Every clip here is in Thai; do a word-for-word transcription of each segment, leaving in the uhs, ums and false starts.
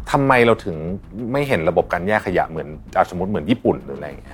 ทำไมเราถึงไม่เห็นระบบการแยกขยะเหมือนสมมติเหมือนญี่ปุ่นหรืออะไรอย่างเงี้ย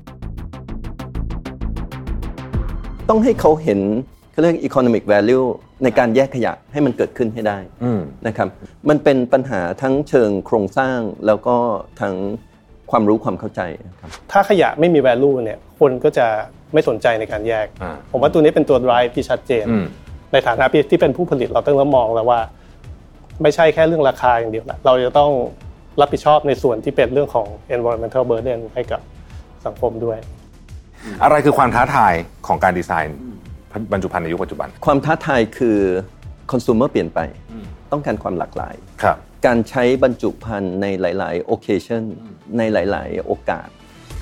ต้องให้เขาเห็นเขาเรียก economic value ในการแยกขยะให้มันเกิดขึ้นให้ได้นะครับมันเป็นปัญหาทั้งเชิงโครงสร้างแล้วก็ทั้งความรู้ความเข้าใจครับถ้าขยะไม่มี value เนี่ยคนก็จะไม่สนใจในการแยกผมว่าตัวนี้เป็นตัว drive ที่ชัดเจนในฐานะที่เป็นผู้ผลิตเราต้องเริ่มมองแล้วว่าไม่ใช่แค่เรื่องราคาอย่างเดียวละเราจะต้องรับผิดชอบในส่วนที่เป็นเรื่องของ environmental burden ให้กับสังคมด้วยอะไรคือความท้าทายของการดีไซน์บรรจุภัณฑ์ในยุคปัจจุบันความท้าทายคือ consumer เปลี่ยนไปต้องการความหลากหลายการใช้บรรจุภัณฑ์ในหลายๆ occasion ในหลายๆโอกาส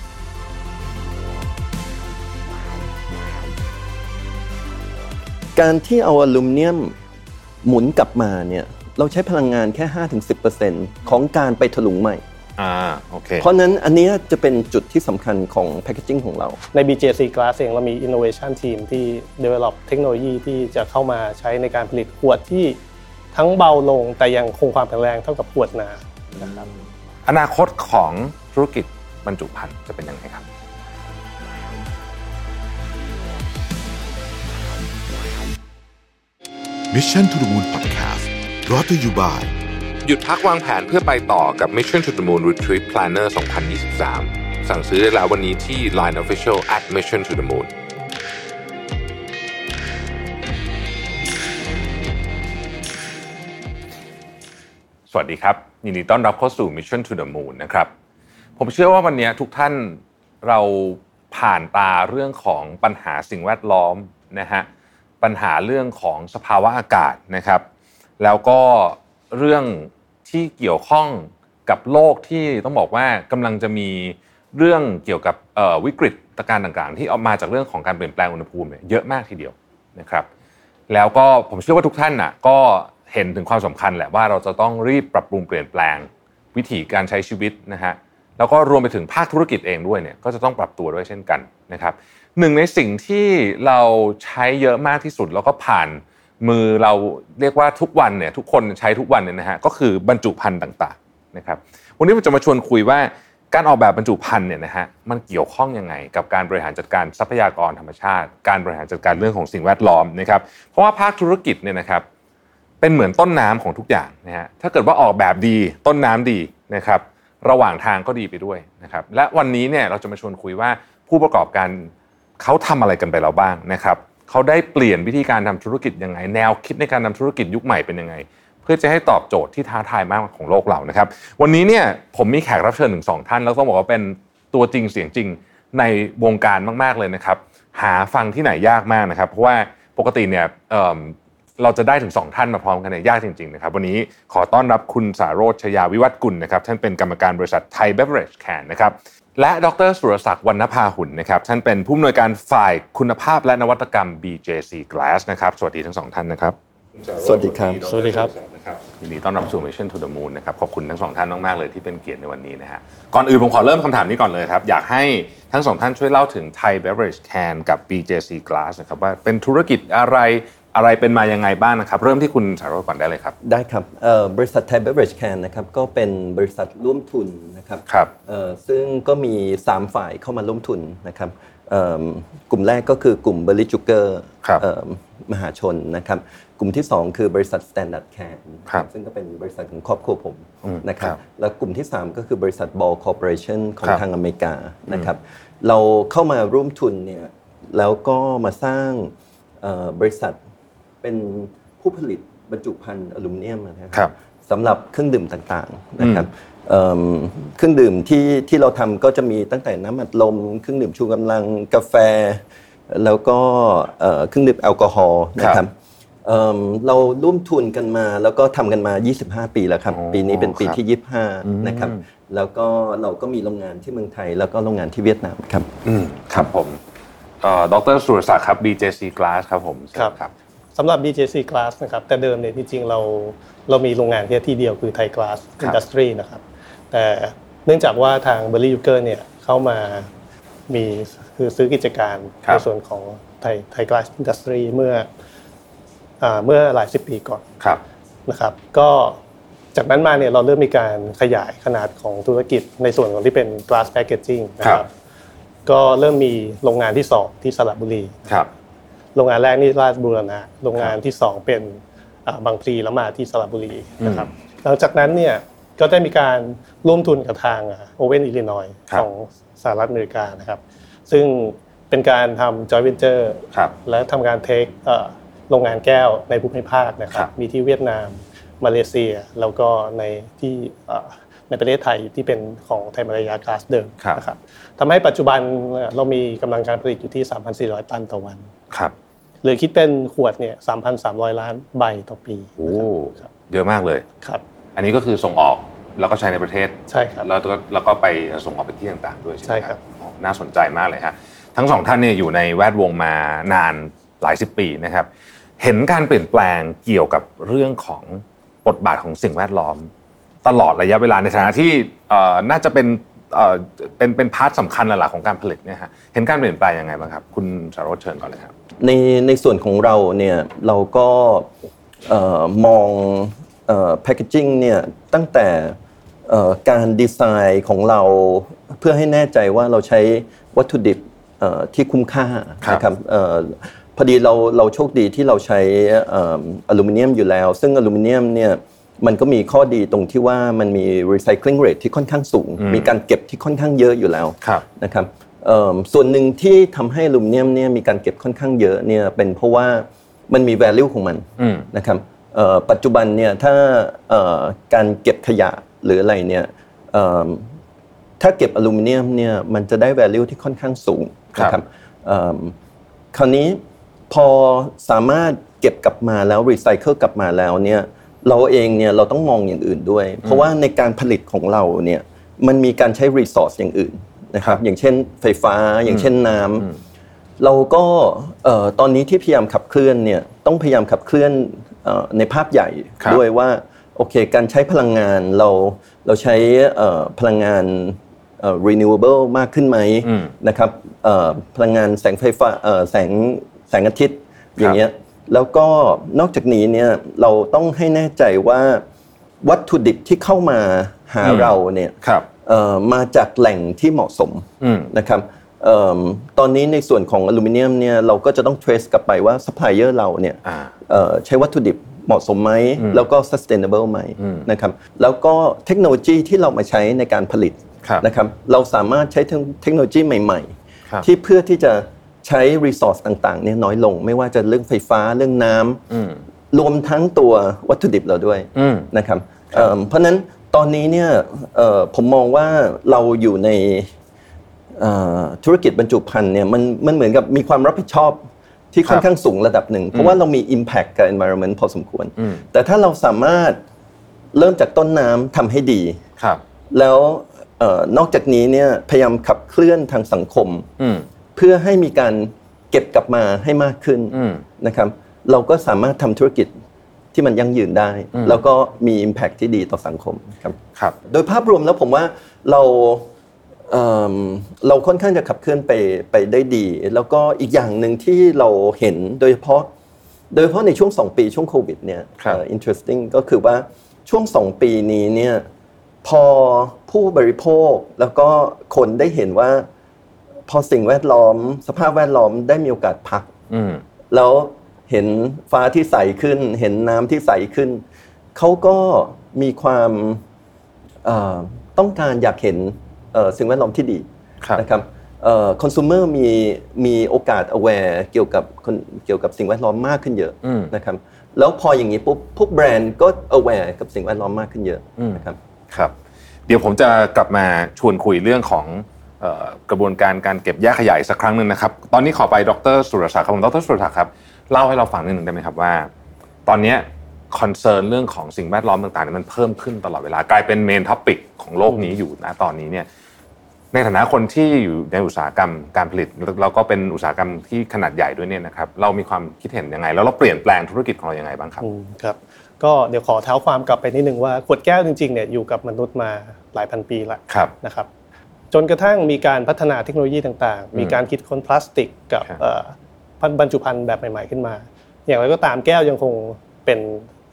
การที่เอาอลูมิเนียมหมุนกลับมาเนี่ยเราใช้พลังงานแค่ ห้าถึงสิบเปอร์เซ็นต์ ของการไปถลุงใหม่อ่าโอเคเพราะนั้นอันนี้จะเป็นจุดที่สำคัญของ packaging ของเราใน บี เจ ซี Glass เองเรามี innovation team ที่ develop เทคโนโลยีที่จะเข้ามาใช้ในการผลิตขวดที่ทั้งเบาลงแต่ยังคงความแข็งแรงเท่ากับขวดหนานะครับอนาคตของธุรกิจบรรจุภัณฑ์จะเป็นยังไงครับ Mission to the Moon Podcast brought to you by หยุดพักวางแผนเพื่อไปต่อกับ Mission to the Moon Retreat Planner สองพันยี่สิบสามสั่งซื้อได้แล้ววันนี้ที่ ไลน์ Official แอท Mission to the Moon สวัสดีครับยินดีต้อนรับเข้าสู่ Mission to the Moon นะครับผมเชื่อว่าวันนี้ทุกท่านเราผ่านตาเรื่องของปัญหาสิ่งแวดล้อมนะฮะปัญหาเรื่องของสภาวะอากาศนะครับแล้วก็เรื่องที่เกี่ยวข้องกับโลกที่ต้องบอกว่ากำลังจะมีเรื่องเกี่ยวกับวิกฤตการณ์ต่างๆที่ออกมาจากเรื่องของการเปลี่ยนแปลงอุณหภูมิเยอะมากทีเดียวนะครับแล้วก็ผมเชื่อว่าทุกท่านน่ะก็เห็นถึงความสำคัญแหละว่าเราจะต้องรีบปรับปรุงเปลี่ยนแปลงวิถีการใช้ชีวิตนะฮะแล้วก็รวมไปถึงภาคธุรกิจเองด้วยเนี่ยก็จะต้องปรับตัวด้วยเช่นกันนะครับหนึ่งในสิ่งที่เราใช้เยอะมากที่สุดแล้วก็ผ่านมือเราเรียกว่าทุกวันเนี่ยทุกคนใช้ทุกวันเนี่ยนะฮะก็คือบรรจุภัณฑ์ต่างๆนะครับวันนี้ผมจะมาชวนคุยว่าการออกแบบบรรจุภัณฑ์เนี่ยนะฮะมันเกี่ยวข้องยังไงกับการบริหารจัดการทรัพยากรธรรมชาติการบริหารจัดการเรื่องของสิ่งแวดล้อมนะครับเพราะว่าภาคธุรกิจเนี่ยนะครับเป็นเหมือนต้นน้ำของทุกอย่างนะฮะถ้าเกิดว่าออกแบบดีต้นน้ำดีนะครับระหว่างทางก็ดีไปด้วยนะครับและวันนี้เนี่ยเราจะมาชวนคุยว่าผู้ประกอบการเขาทำอะไรกันไปแล้วบ้างนะครับเขาได้เปลี่ยนวิธีการทำธุรกิจยังไงแนวคิดในการทำธุรกิจยุคใหม่เป็นยังไงเพื่อจะให้ตอบโจทย์ที่ท้าทายมากของโลกเรานะครับวันนี้เนี่ยผมมีแขกรับเชิญถึงสองท่านแล้วต้องบอกว่าเป็นตัวจริงเสียงจริงในวงการมากๆเลยนะครับหาฟังที่ไหนยากมากนะครับเพราะว่าปกติเนี่ยเอ่อเราจะได้ถึงสองท่านมาพร้อมกันเนี่ยยากจริงๆนะครับวันนี้ขอต้อนรับคุณสาโรจน์ ชยาวิวัฒน์กุลนะครับท่านเป็นกรรมการบริษัทไทยเบเวอเรจแคนนะครับและดร.สุรศักดิ์ วรรณภาหุ่นนะครับท่านเป็นผู้อำนวยการฝ่ายคุณภาพและนวัตกรรม บี เจ ซี Glass นะครับสวัสดีทั้งสองท่านนะครับสวัสดีครับสวัสดีครับยินดีต้อนรับสู่ Mission to the Moon นะครับขอบคุณทั้งสองท่านมากๆเลยที่เป็นเกียรติในวันนี้นะฮะก่อนอื่นผมขอเริ่มคำถามนี้ก่อนเลยครับอยากให้ทั้งสองท่านช่วยเล่าถึง Thai Beverage Can กับ บี เจ ซี Glass นะครับว่าเป็นธุรกิจอะไรอะไรเป็นมายังไงบ้างนะครับเริ่มที่คุณสาโรจน์ก่อนได้เลยครับได้ครับบริษัท Thai Beverage Can นะครับก็เป็นบริษัทร่วมทุนนะครับครับซึ่งก็มีสามฝ่ายเข้ามาร่วมทุนนะครับกลุ่มแรกก็คือกลุ่ม Berry Sugar มหาชนนะครับกลุ่มที่สองคือบริษัท Standard Can ซึ่งก็เป็นบริษัทของครอบครัวผมนะครับแล้วกลุ่มที่สามก็คือบริษัท Ball Corporation ของทางอเมริกานะครับเราเข้ามาร่วมทุนเนี่ยแล้วก็มาสร้างบริษัทเป็นผู้ผลิตบรรจุภัณฑ์อลูมิเนียมนะครับสำหรับเครื่องดื่มต่างๆนะครับเครื่องดื่มที่ที่เราทำก็จะมีตั้งแต่น้ำอัดลมเครื่องดื่มชูกำลังกาแฟแล้วก็เครื่องดื่มแอลกอฮอล์นะครับเราร่วมทุนกันมาแล้วก็ทำกันมายี่สิบห้าปีแล้วครับปีนี้เป็นปีที่ยี่สิบห้านะครับแล้วก็เราก็มีโรงงานที่เมืองไทยแล้วก็โรงงานที่เวียดนามครับครับผมดร.สุรศักดิ์ครับ บี เจ ซี Glass ครับผมครับสำหรับ บี เจ ซี Glass นะครับแต่เดิมเนี่ยจริงๆเราเรามีโรงงานแค่ที่เดียวคือ Thai Glass Industry นะครับแต่เนื่องจากว่าทาง Berry Sugar เนี่ยเข้ามามีคือซื้อกิจการในส่วนของ Thai Thai Glass Industry เมื่ออ่าเมื่อหลายสิบปีก่อนนะครับก็จากนั้นมาเนี่ยเราเริ่มมีการขยายขนาดของธุรกิจในส่วนของที่เป็น glass packaging นะครับก็เริ่มมีโรงงานที่สองที่สระบุรีครับโรงงานแรกนี่ราชบูรณะโรงงานที่สองเป็นบางพลีแล้วมาที่สระบุรีนะครับหลังจากนั้นเนี่ยก็ได้มีการร่วมทุนกับทางโอเว่นอิลลินอยส์ของสหรัฐอเมริกานะครับซึ่งเป็นการทำ joint venture และทำการเทคโรงงานแก้วในภูมิภาคนะครับมีที่เวียดนามมาเลเซียแล้วก็ในที่ในประเทศไทยที่เป็นของไทยมาลายากลาสเดิมนะครับทำให้ปัจจุบันเรามีกำลังการผลิตอยู่ที่ สามพันสี่ร้อย ตันต่อวันครับหรือคิดเป็นขวดเนี่ย สามพันสามร้อย ล้านใบต่อปีโอ้เยอะมากเลยครับอันนี้ก็คือส่งออกแล้วก็ใช้ในประเทศใช่ครับแล้วก็แล้วก็ไปส่งออกไปที่ต่างๆด้วยใช่ไหมครับน่าสนใจมากเลยฮะทั้งสองท่านเนี่ยอยู่ในแวดวงมานานหลายสิบปีนะครับเห็นการเปลี่ยนแปลงเกี่ยวกับเรื่องของบทบาทของสิ่งแวดล้อมตลอดระยะเวลาในฐานะที่น่าจะเป็นเป็นเป็นพาร์ทสำคัญหลักของการผลิตเนี่ยฮะเห็นการเปลี่ยนแปลงยังไงบ้างครับคุณสารวัตรเชิญก่อนเลยครับในในส่วนของเราเนี่ยเราก็มองแพคเกจจิ้งเนี่ยตั้งแต่การดีไซน์ของเราเพื่อให้แน่ใจว่าเราใช้วัตถุดิบที่คุ้มค่านะครับพอดีเราเราโชคดีที่เราใช้อลูมิเนียมอยู่แล้วซึ่งอลูมิเนียมเนี่ยมันก็มีข้อดีตรงที่ว่ามันมี recycling rate ที่ค่อนข้างสูงมีการเก็บที่ค่อนข้างเยอะอยู่แล้วนะครับส่วนหนึ่งที่ทำให้อลูมิเนียมเนี่ยมีการเก็บค่อนข้างเยอะเนี่ยเป็นเพราะว่ามันมี value ของมันนะครับปัจจุบันเนี่ยถ้าการเก็บขยะหรืออะไรเนี่ยถ้าเก็บอลูมิเนียมเนี่ยมันจะได้ value ที่ค่อนข้างสูงนะครับคราวนี้พอสามารถเก็บกลับมาแล้วรีไซเคิลกลับมาแล้วเนี่ยเราเองเนี่ยเราต้องมองอย่างอื่นด้วยเพราะว่าในการผลิตของเราเนี่ยมันมีการใช้รีซอสอย่างอื่นนะครับอย่างเช่นไฟฟ้าอย่างเช่นน้ำเราก็ตอนนี้ที่พยายามขับเคลื่อนเนี่ยต้องพยายามขับเคลื่อนในภาพใหญ่ด้วยว่าโอเคการใช้พลังงานเราเราใช้พลังงานrenewable มากขึ้นไหมนะครับพลังงานแสงไฟฟ้าแสงแสงอาทิตย์อย่างเงี้ยแล้วก็นอกจากนี้เนี่ยเราต้องให้แน่ใจว่าวัตถุดิบที่เข้ามาหาเราเนี่ยมาจากแหล่งที่เหมาะสมนะครับตอนนี้ในส่วนของอลูมิเนียมเนี่ยเราก็จะต้อง trace กลับไปว่าซัพพลายเออร์เราเนี่ยใช้วัตถุดิบเหมาะสมไหมแล้วก็ sustainable ไหมนะครับแล้วก็เทคโนโลยีที่เรามาใช้ในการผลิตนะครับเราสามารถใช้เทคโนโลยีใหม่ๆที่เพื่อที่จะใช้ resource ต่างๆเนี่ยน้อยลงไม่ว่าจะเรื่องไฟฟ้าเรื่องน้ำรวมทั้งตัววัตถุดิบเราด้วยนะครับเพราะนั้นตอนนี้เนี่ยผมมองว่าเราอยู่ในธุรกิจบรรจุภัณฑ์เนี่ยมันมันเหมือนกับมีความรับผิดชอบที่ค่อนข้างสูงระดับหนึ่งเพราะว่าเรามี impact กับ environment พอสมควรแต่ถ้าเราสามารถเริ่มจากต้นน้ำทำให้ดีแล้วนอกจากนี้เนี่ยพยายามขับเคลื่อนทางสังคมเพื่อให้มีการเก็บกลับมาให้มากขึ้นนะครับเราก็สามารถทำธุรกิจที่มันยั่งยืนได้แล้วก็มี impact ที่ดีต่อสังคมครับครับโดยภาพรวมแล้วผมว่าเราเอ่อเราค่อนข้างจะขับเคลื่อนไปไปได้ดีแล้วก็อีกอย่างหนึ่งที่เราเห็นโดยเฉพาะโดยเฉพาะในช่วงสองปีช่วงโควิดเนี่ย interesting ก็คือว่าช่วงสองปีนี้เนี่ยพอผู้บริโภคแล้วก็คนได้เห็นว่าพอสิ่งแวดล้อมสภาพแวดล้อมได้มีโอกาสพักแล้วเห็นฟ้าที่ใสขึ้นเห็นน้ำที่ใสขึ้นเขาก็มีความต้องการอยากเห็นสิ่งแวดล้อมที่ดีนะครับคอน sumer มีมีโอกาส aware เกี่ยวกับเกี่ยวกับสิ่งแวดล้อมมากขึ้นเยอะนะครับแล้วพออย่างนี้ปุ๊บพวกแบรนด์ก็ aware กับสิ่งแวดล้อมมากขึ้นเยอะนะครับครับเดี๋ยวผมจะกลับมาชวนคุยเรื่องของกระบวนการการเก็บแยกขยะสักครั้งนึงนะครับตอนนี้ขอไปดร.สุรศักดิ์ครับผมดร.สุรศักดิ์ครับเล่าให้เราฟังนิดนึงได้ไหมครับว่าตอนนี้คอนเซิร์นเรื่องของสิ่งแวดล้อมต่างๆมันเพิ่มขึ้นตลอดเวลากลายเป็นเมนท็อปิกของโลกนี้อยู่นะตอนนี้เนี่ยในฐานะคนที่อยู่ในอุตสาหกรรมการผลิตแล้วก็เป็นอุตสาหกรรมที่ขนาดใหญ่ด้วยเนี่ยนะครับเรามีความคิดเห็นยังไงแล้วเราเปลี่ยนแปลงธุรกิจของเรายังไงบ้างครับครับก็เดี๋ยวขอเท้าความกลับไปนิดนึงว่าขวดแก้วจริงๆเนี่ยอยู่กับมนุษย์มาหลายพันปีแล้วนะครับจนกระทั่งมีการพัฒนาเทคโนโลยีต่างๆมีการคิดค้นพลาสติกกับบรรจุภัณฑ์แบบใหม่ๆขึ้นมาอย่างไรก็ตามแก้วยังคงเป็น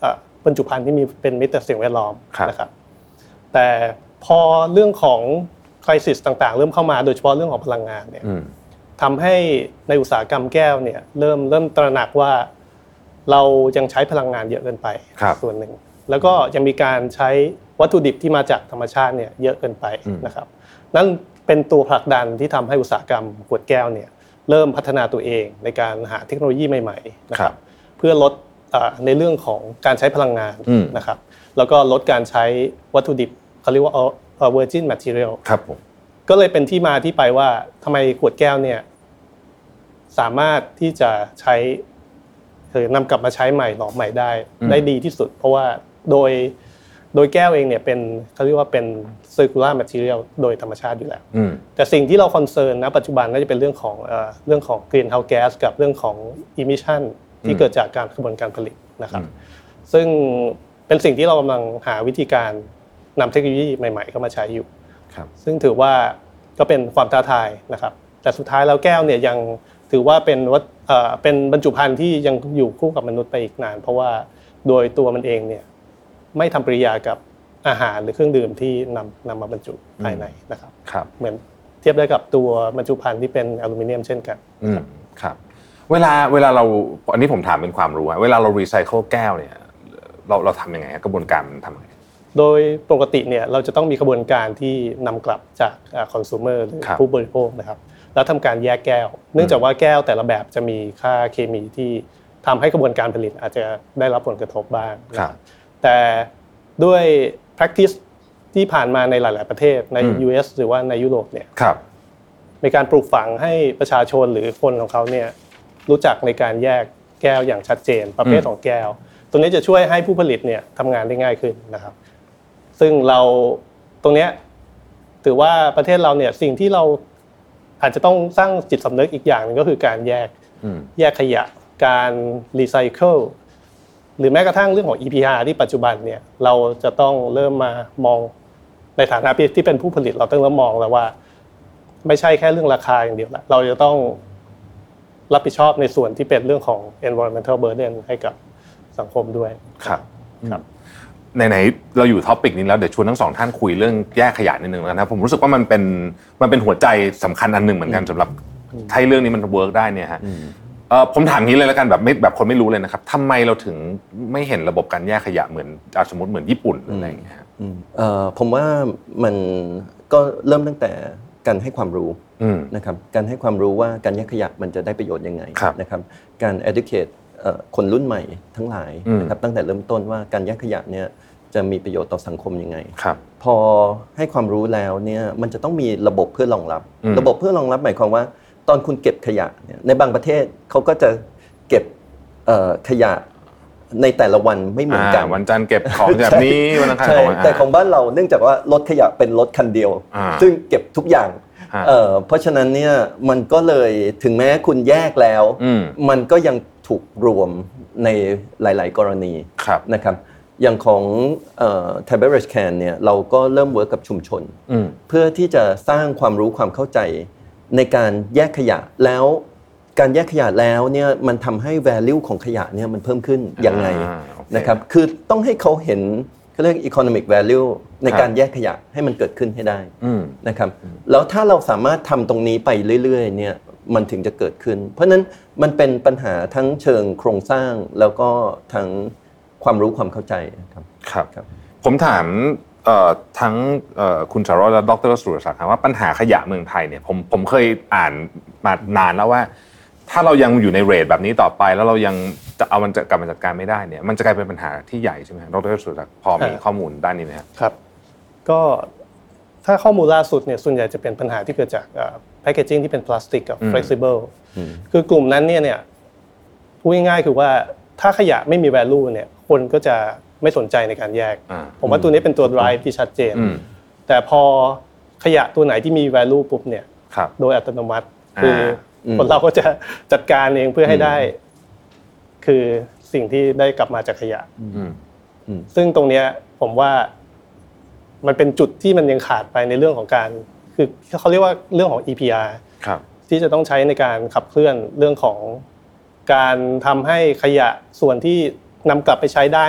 บรรจุภัณฑ์ที่มีเป็นมิตรต่อสิ่งแวดล้อมนะครับแต่พอเรื่องของไครซิสต่างๆเริ่มเข้ามาโดยเฉพาะเรื่องของพลังงานเนี่ยทำให้ในอุตสาหกรรมแก้วเนี่ยเริ่มเริ่มตระหนักว่าเรายังใช้พลังงานเยอะเกินไปส่วนหนึ่งแล้วก็ยังมีการใช้วัตถุดิบที่มาจากธรรมชาติเนี่ยเยอะเกินไปนะครับนั่นเป็นตัวผลักดันที่ทำให้อุตสาหกรรมขวดแก้วเนี่ยเริ่มพัฒนาตัวเองในการหาเทคโนโลยีใหม่ๆนะครับเพื่อลดในเรื่องของการใช้พลังงานนะครับแล้วก็ลดการใช้วัตถุดิบเขาเรียกว่า virgin material ครับผมก็เลยเป็นที่มาที่ไปว่าทำไมขวดแก้วเนี่ยสามารถที่จะใช้คือนำกลับมาใช้ใหม่หลอมใหม่ได้ได้ดีที่สุดเพราะว่าโดยโดยแก้วเองเนี่ยเป็นเขาเรียกว่าเป็น circular material โดยธรรมชาติอยู่แล้วแต่สิ่งที่เราคอนเซิร์นณปัจจุบันก็จะเป็นเรื่องของเอ่อเรื่องของ greenhouse gas กับเรื่องของ emission ที่เกิดจากการกระบวนการผลิตนะครับซึ่งเป็นสิ่งที่เรากำลังหาวิธีการนำเทคโนโลยีใหม่ๆเข้ามาใช้อยู่ซึ่งถือว่าก็เป็นความท้าทายนะครับแต่สุดท้ายแล้วแก้วเนี่ยยังถือว่าเป็นวัตเอ่อเป็นบรรจุภัณฑ์ที่ยังอยู่คู่กับมนุษย์ไปอีกนานเพราะว่าโดยตัวมันเองเนี่ยไม่ทำปฏิกิริยากับอาหารหรือเครื่องดื่มที่นำนำมาบรรจุภายในนะครับเหมือนเทียบได้กับตัวบรรจุภัณฑ์ที่เป็นอลูมิเนียมเช่นกันครับเวลาเวลาเราอันนี้ผมถามเป็นความรู้เวลาเรารีไซเคิลแก้วเนี่ยเราเราทำยังไงกระบวนการมันทำยังไงโดยปกติเนี่ยเราจะต้องมีกระบวนการที่นำกลับจากคอน sumer หรือผู้บริโภคนะครับแล้วทำการแยกแก้วเนื่องจากว่าแก้วแต่ละแบบจะมีค่าเคมีที่ทำให้กระบวนการผลิตอาจจะได้รับผลกระทบบ้างแต่ด้วย practice ที่ผ่านมาในหลายๆประเทศใน ยู เอส หรือว่าในยุโรปเนี่ยในการปลูกฝังให้ประชาชนหรือคนของเขาเนี่ยรู้จักในการแยกแก้วอย่างชัดเจนประเภทของแก้วตรงนี้จะช่วยให้ผู้ผลิตเนี่ยทำงานได้ง่ายขึ้นนะครับซึ่งเราตรงนี้ถือว่าประเทศเราเนี่ยสิ่งที่เราอาจจะต้องสร้างจิตสำนึกอีกอย่างนึงก็คือการแยกแยกขยะการรีไซเคิลหรือแม้กระทั่งเรื่องของ อี พี อาร์ ที่ปัจจุบันเนี่ยเราจะต้องเริ่มมามองในฐานะที่เป็นผู้ผลิตเราต้องเริ่มมองแล้วว่าไม่ใช่แค่เรื่องราคาอย่างเดียวละเราจะต้องรับผิดชอบในส่วนที่เป็นเรื่องของ environmental burden ให้กับสังคมด้วยครับครับไหนๆเราอยู่ท็อปิกนี้แล้วเดี๋ยวชวนทั้งสองท่านคุยเรื่องแยกขยะนิดนึงนะครับผมรู้สึกว่ามันเป็นมันเป็นหัวใจสำคัญอันหนึ่งเหมือนกันสำหรับให้เรื่องนี้มันเวิร์กได้เนี่ยฮะเอ่อผมถามงี้เลยแล้วกันแบบไม่แบบคนไม่รู้เลยนะครับทำไมเราถึงไม่เห็นระบบการแยกขยะเหมือนสมมติเหมือนญี่ปุ่นอะไรอย่างเงี้ยเอ่อผมว่ามันก็เริ่มตั้งแต่การให้ความรู้นะครับการให้ความรู้ว่าการแยกขยะมันจะได้ประโยชน์ยังไงนะครับการ educate คนรุ่นใหม่ทั้งหลายนะครับตั้งแต่เริ่มต้นว่าการแยกขยะเนี่ยจะมีประโยชน์ต่อสังคมยังไงพอให้ความรู้แล้วเนี่ยมันจะต้องมีระบบเพื่อรองรับระบบเพื่อรองรับหมายความว่าตอนคุณเก็บขยะเนี่ยในบางประเทศเขาก็จะเก็บขยะในแต่ละวันไม่เหมือนกันวันจันทร์เก็บของแบบนี้วันอังคารของแต่ของบ้านเราเนื่องจากว่ารถขยะเป็นรถคันเดียวซึ่งเก็บทุกอย่างเพราะฉะนั้นเนี่ยมันก็เลยถึงแม้คุณแยกแล้วมันก็ยังถูกรวมในหลายๆกรณีนะครับอย่างของเอ่อ Thai Beverage Can เนี่ยเราก็เริ่มเวิร์คกับชุมชนเพื่อที่จะสร้างความรู้ความเข้าใจในการแยกขยะแล้วการแยกขยะแล้วเนี่ยมันทำให้ value ของขยะเนี่ยมันเพิ่มขึ้นยังไงนะครับคือต้องให้เขาเห็นเขาเรียก economic value ในการแยกขยะให้มันเกิดขึ้นให้ได้นะครับแล้วถ้าเราสามารถทำตรงนี้ไปเรื่อยๆเนี่ยมันถึงจะเกิดขึ้นเพราะนั้นมันเป็นปัญหาทั้งเชิงโครงสร้างแล้วก็ทั้งความรู้ความเข้าใจครับครับผมถามทั้งคุณสารวัตรและดร.สุรศักดิ์ว่าปัญหาขยะเมืองไทยเนี่ยผมผมเคยอ่านมานานแล้วว่าถ้าเรายังอยู่ในเรทแบบนี้ต่อไปแล้วเรายังจะเอามันจะกลับมาจัดการไม่ได้เนี่ยมันจะกลายเป็นปัญหาที่ใหญ่ใช่ไหมดร.สุรศักดิ์พอมีข้อมูลด้านนี้ไหมครับครับก็ถ้าข้อมูลล่าสุดเนี่ยส่วนใหญ่จะเป็นปัญหาที่เกิดจากแพคเกจจิ้งที่เป็นพลาสติกกับ flexible คือกลุ่มนั้นเนี่ยเนี่ยพูดง่ายๆคือว่าถ้าขยะไม่มี value เนี่ยคนก็จะไม่สนใจในการแยกผมว่าตัวนี้เป็นตัว drive ที่ชัดเจนแต่พอขยะตัวไหนที่มี value ปุ๊บเนี่ยโดยอัตโนมัติคือคนเราก็จะจัดการเองเพื่อให้ได้คือสิ่งที่ได้กลับมาจากขยะซึ่งตรงนี้ผมว่ามันเป็นจุดที่มันยังขาดไปในเรื่องของการคือเขาเรียกว่าเรื่องของ อี พี อาร์ ที่จะต้องใช้ในการขับเคลื่อนเรื่องของการทำให้ขยะส่วนที่นำกลับไปใช้ได้เนี่ย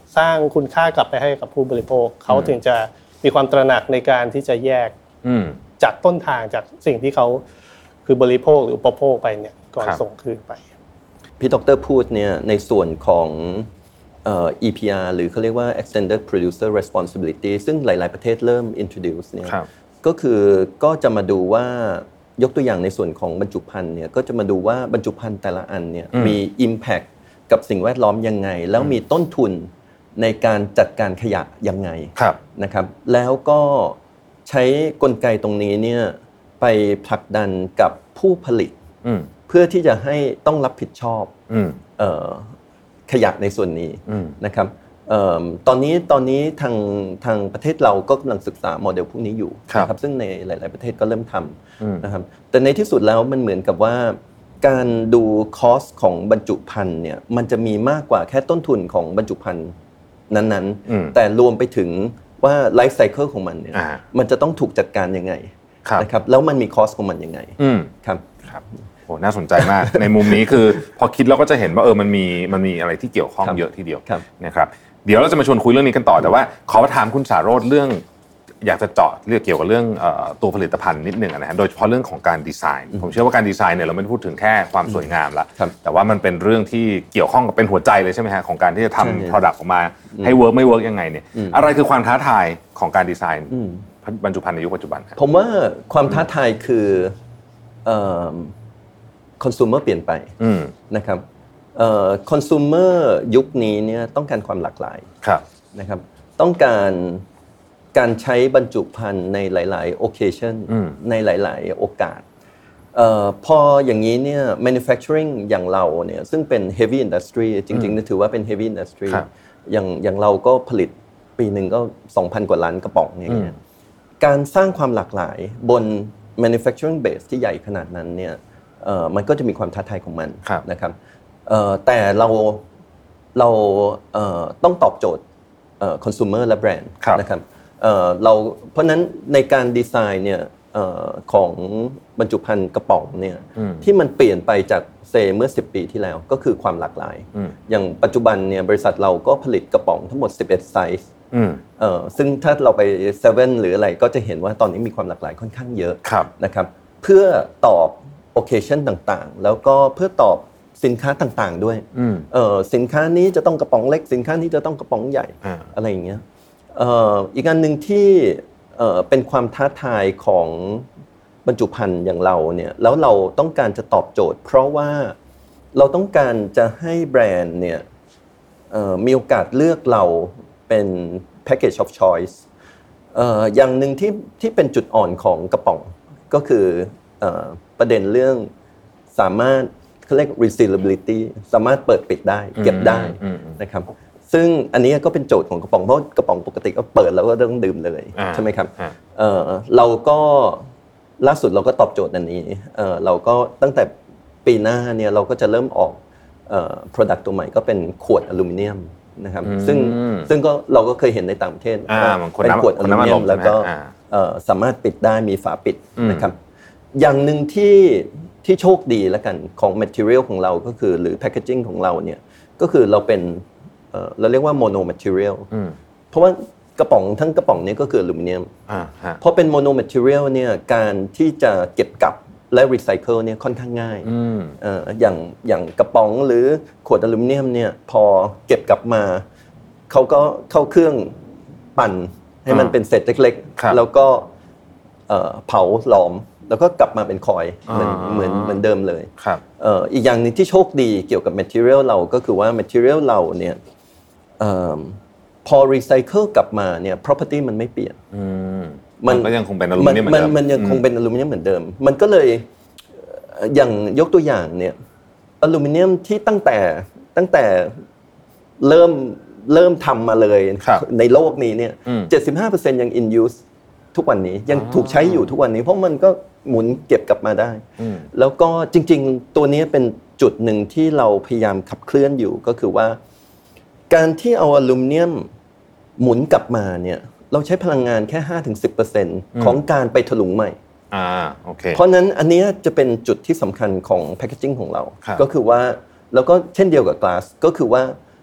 สร้างคุณค่ากลับไปให้กับผู้บริโภคเขาถึงจะมีความตระหนักในการที่จะแยกจากต้นทางจากสิ่งที่เขาคือบริโภคหรืออุปโภคไปเนี่ยก่อนส่งคืนไปพี่ดร.พูดเนี่ยในส่วนของเอ่อ อี พี อาร์ หรือเขาเรียกว่า Extended Producer Responsibility ซึ่งหลายๆประเทศเริ่ม introduce เนี่ยก็คือก็จะมาดูว่ายกตัวอย่างในส่วนของบรรจุภัณฑ์เนี่ยก็จะมาดูว่าบรรจุภัณฑ์แต่ละอันเนี่ยมี impact กับสิ่งแวดล้อมยังไงแล้วมีต้นทุนในการจัดการขยะยังไงนะครับแล้วก็ใช้กลไกตรงนี้เนี่ยไปผลักดันกับผู้ผลิตเพื่อที่จะให้ต้องรับผิดชอบเอ่อขยะในส่วนนี้นะครับเอ่อตอนนี้ตอนนี้ทางทางประเทศเราก็กำลังศึกษาโมเดลพวกนี้อยู่นะครับซึ่งในหลายๆประเทศก็เริ่มทำนะครับแต่ในที่สุดแล้วมันเหมือนกับว่าการดูคอสของบรรจุภัณฑ์เนี่ยมันจะมีมากกว่าแค่ต้นทุนของบรรจุภัณฑ์นั้นๆแต่รวมไปถึงว่าไลฟ์ไซเคิลของมันเนี่ยมันจะต้องถูกจัดการยังไงนะครับแล้วมันมีคอสของมันยังไงครับครับโอ้น่าสนใจมาก ในมุมนี้คือพอคิดเราก็จะเห็นว่าเออมันมีมันมีอะไรที่เกี่ยวข้องเยอะทีเดียวนะครับเดี๋ยวเราจะมาชวนคุยเรื่องนี้กันต่อแต่ว่าขอถามคุณสาโรจน์เรื่องอยากจะเจาะเรื่องเกี่ยวกับเรื่องเอ่อตัวผลิตภัณฑ์นิดนึงนะฮะโดยเฉพาะเรื่องของการดีไซน์ผมเชื่อว่าการดีไซน์เนี่ยเราไม่ได้พูดถึงแค่ความสวยงามละแต่ว่ามันเป็นเรื่องที่เกี่ยวข้องกับเป็นหัวใจเลยใช่ไหมฮะของการที่จะทำ product ออกมาให้เวิร์กไม่เวิร์กยังไงเนี่ยอะไรคือความท้าทายของการดีไซน์บรรจุภัณฑ์ในยุคปัจจุบันครับผมว่าความท้าทายคือเอ่อคอน sumer เปลี่ยนไปนะครับเอ่อคอน sumer ยุคนี้เนี่ยต้องการความหลากหลายนะครับต้องการการใช้บรรจุภัณฑ์ในหลายๆ occasion ในหลายๆโอกาสเอ่อพออย่างนี้เนี่ย manufacturing อย่างเราเนี่ยซึ่งเป็น heavy industry จริงๆถือว่าเป็น heavy industry อย่างอย่างเราก็ผลิตปีหนึ่งก็ สองพัน กว่าล้านกระป๋องอย่างเงี้ยการสร้างความหลากหลายบน manufacturing base ที่ใหญ่ขนาดนั้นเนี่ยเอ่อมันก็จะมีความท้าทายของมันนะครับเอ่อแต่เราเราเอ่อต้องตอบโจทย์เอ่อ consumer และแบรนด์นะครับเอ่อเราเพราะนั้นในการดีไซน์เนี่ยเอ่อของบรรจุภัณฑ์กระป๋องเนี่ยที่มันเปลี่ยนไปจากเซเมื่อสิบปีที่แล้วก็คือความหลากหลายอย่างปัจจุบันเนี่ยบริษัทเราก็ผลิตกระป๋องทั้งหมดสิบเอ็ดไซส์เอ่อซึ่งถ้าเราไปเซเว่นหรืออะไรก็จะเห็นว่าตอนนี้มีความหลากหลายค่อนข้างเยอะนะครับเพื่อตอบ occasion ต่างๆแล้วก็เพื่อตอบสินค้าต่างๆด้วยเอ่อสินค้านี้จะต้องกระป๋องเล็กสินค้านี้จะต้องกระป๋องใหญ่อะไรอย่างเงี้ยเอ่ออีกอันนึงที่เอ่อเป็นความท้าทายของบรรจุภัณฑ์อย่างเราเนี่ยแล้วเราต้องการจะตอบโจทย์เพราะว่าเราต้องการจะให้แบรนด์เนี่ยเอ่อมีโอกาสเลือกเราเป็น package of choice เอ่ออย่างนึงที่ที่เป็นจุดอ่อนของกระป๋องก็คือเอ่อประเด็นเรื่องสามารถเขาเรียก resealability สามารถเปิดปิดได้เก็บได้นะครับซึ่งอันนี้ก็เป็นโจทย์ของกระป๋องเพราะกระป๋องปกติก็เปิดแล้วก็ต้องดื่มเลยใช่ไหมครับเอ่อเราก็ล่าสุดเราก็ตอบโจทย์อันนี้เอ่อเราก็ตั้งแต่ปีหน้าเนี่ยเราก็จะเริ่มออกเอ่อ product ตัวใหม่ก็เป็นขวดอลูมิเนียมนะครับซึ่งซึ่งก็เราก็เคยเห็นในต่างประเทศเป็นขวดอลูมิเนียมแล้วก็เอ่อสามารถปิดได้มีฝาปิดนะครับอย่างนึงที่ที่โชคดีแล้วกันของ material ของเราก็คือหรือ packaging ของเราเนี่ยก็คือเราเป็นเอ่อเราเรียกว่า mono material เพราะว่ากระป๋องทั้งกระป๋องนี้ก็คืออลูมิเนียมเพราะเป็น mono material เนี่ยการที่จะเก็บกลับและ recycle เนี่ยค่อนข้างง่ายเอ่ออย่างอย่างกระป๋องหรือขวดอลูมิเนียมเนี่ยพอเก็บกลับมาเขาก็เข้าเครื่องปั่นให้มันเป็นเศษเล็กๆแล้วก็เอ่อเผาหลอมแล้วก็กลับมาเป็นคอยเหมือนเหมือนเหมือนเดิมเลยเอ่ออีกอย่างนึงที่โชคดีเกี่ยวกับ material เราก็คือว่า material เราเนี่ยเอ่อพอ recycle กลับมาเนี่ย property มันไม่เปลี่ยนมันก็ยังคงเป็นอลูมิเนียมเหมือนเดิมมันยังคงเป็นอลูมิเนียมเหมือนเดิมมันก็เลยอย่างยกตัวอย่างเนี่ยอลูมิเนียมที่ตั้งแต่ตั้งแต่เริ่มเริ่มทำมาเลยในโลกนี้เนี่ย เจ็ดสิบห้าเปอร์เซ็นต์ ยัง in useทุกวันนี้ยังถูกใช้อยู่ทุกวันนี้เพราะมันก็หมุนเก็บกลับมาได้แล้วก็จริงๆตัวนี้เป็นจุดหนึ่งที่เราพยายามขับเคลื่อนอยู่ก็คือว่าการที่เอาอลูมิเนียมหมุนกลับมาเนี่ยเราใช้พลังงานแค่ ห้าถึงสิบเปอร์เซ็นต์ ของการไปถลุงใหม่อ่าโอเคเพราะนั้นอันนี้จะเป็นจุดที่สำคัญของแพคเกจจิ้งของเราก็คือว่าแล้วก็เช่นเดียวกับ glass ก็คือว่า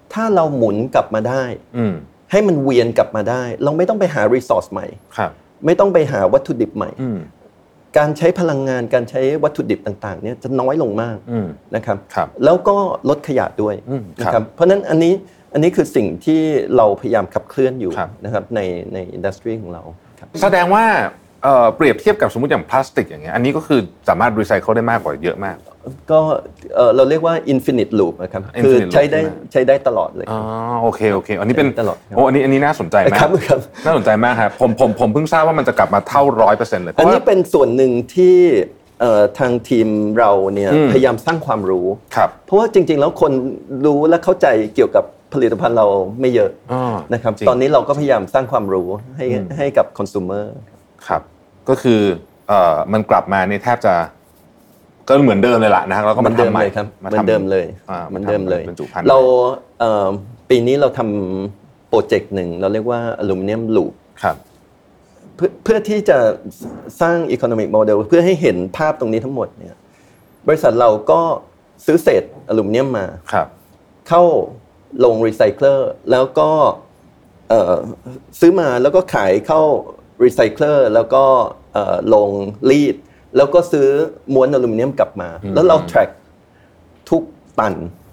ถ้าเราหมุนกลับมาได้ให้มันเวียนกลับมาได้เราไม่ต้องไปหา resource ใหม่ไม่ต้องไปหาวัตถุดิบใหม่การใช้พลังงานการใช้วัตถุดิบต่างๆเนี่ยจะน้อยลงมากนะครับแล้วก็ลดขยะด้วยนะครับเพราะนั้นอันนี้อันนี้คือสิ่งที่เราพยายามขับเคลื่อนอยู่นะครับในในอินดัสทรีของเราแสดงว่าเอ่อเปรียบเทียบกับสมมุติอย่างพลาสติกอย่างเงี้ยอันนี้ก็คือสามารถรีไซเคิลได้มากกว่าเยอะมากก็เอ่อเราเรียกว่า infinite loop นะครับคือใช้ได้ใช้ได้ตลอดเลยอ๋อโอเคโอเคอันนี้เป็นตลอดโอ้อันนี้อันนี้น่าสนใจมากน่าสนใจมากครับผมผมผมเพิ่งทราบว่ามันจะกลับมาเท่า ร้อยเปอร์เซ็นต์ เลยอันนี้เป็นส่วนหนึ่งที่เอ่อทางทีมเราเนี่ยพยายามสร้างความรู้เพราะว่าจริงๆแล้วคนรู้และเข้าใจเกี่ยวกับผลิตภัณฑ์เราไม่เยอะนะครับตอนนี้เราก็พยายามสร้างความรู้ให้ให้กับคอน sumer ครับก็คือเอ่อมันกลับมาเนี่ยแทบจะก็เหมือนเดิมเลยล่ะนะแล้วก็มันทำใหม่ครับเหมือนเดิมเลยเหมือนเดิมเลยเราเอ่อปีนี้เราทำโปรเจกต์หนึ่งเราเรียกว่าอลูมิเนียมลูปครับเพื่อเพื่อที่จะสร้าง economic model เพื่อให้เห็นภาพตรงนี้ทั้งหมดเนี่ยบริษัทเราก็ซื้อเศษอลูมิเนียมมาเข้าลงรีไซเคิลแล้วก็ซื้อมาแล้วก็ขายเข้ารีไซเคิลแล้วก็ลงรีดแล้วก็ซื้อม้วนอลูมิเนียมกลับมาแล้วเรา track ทุกตัน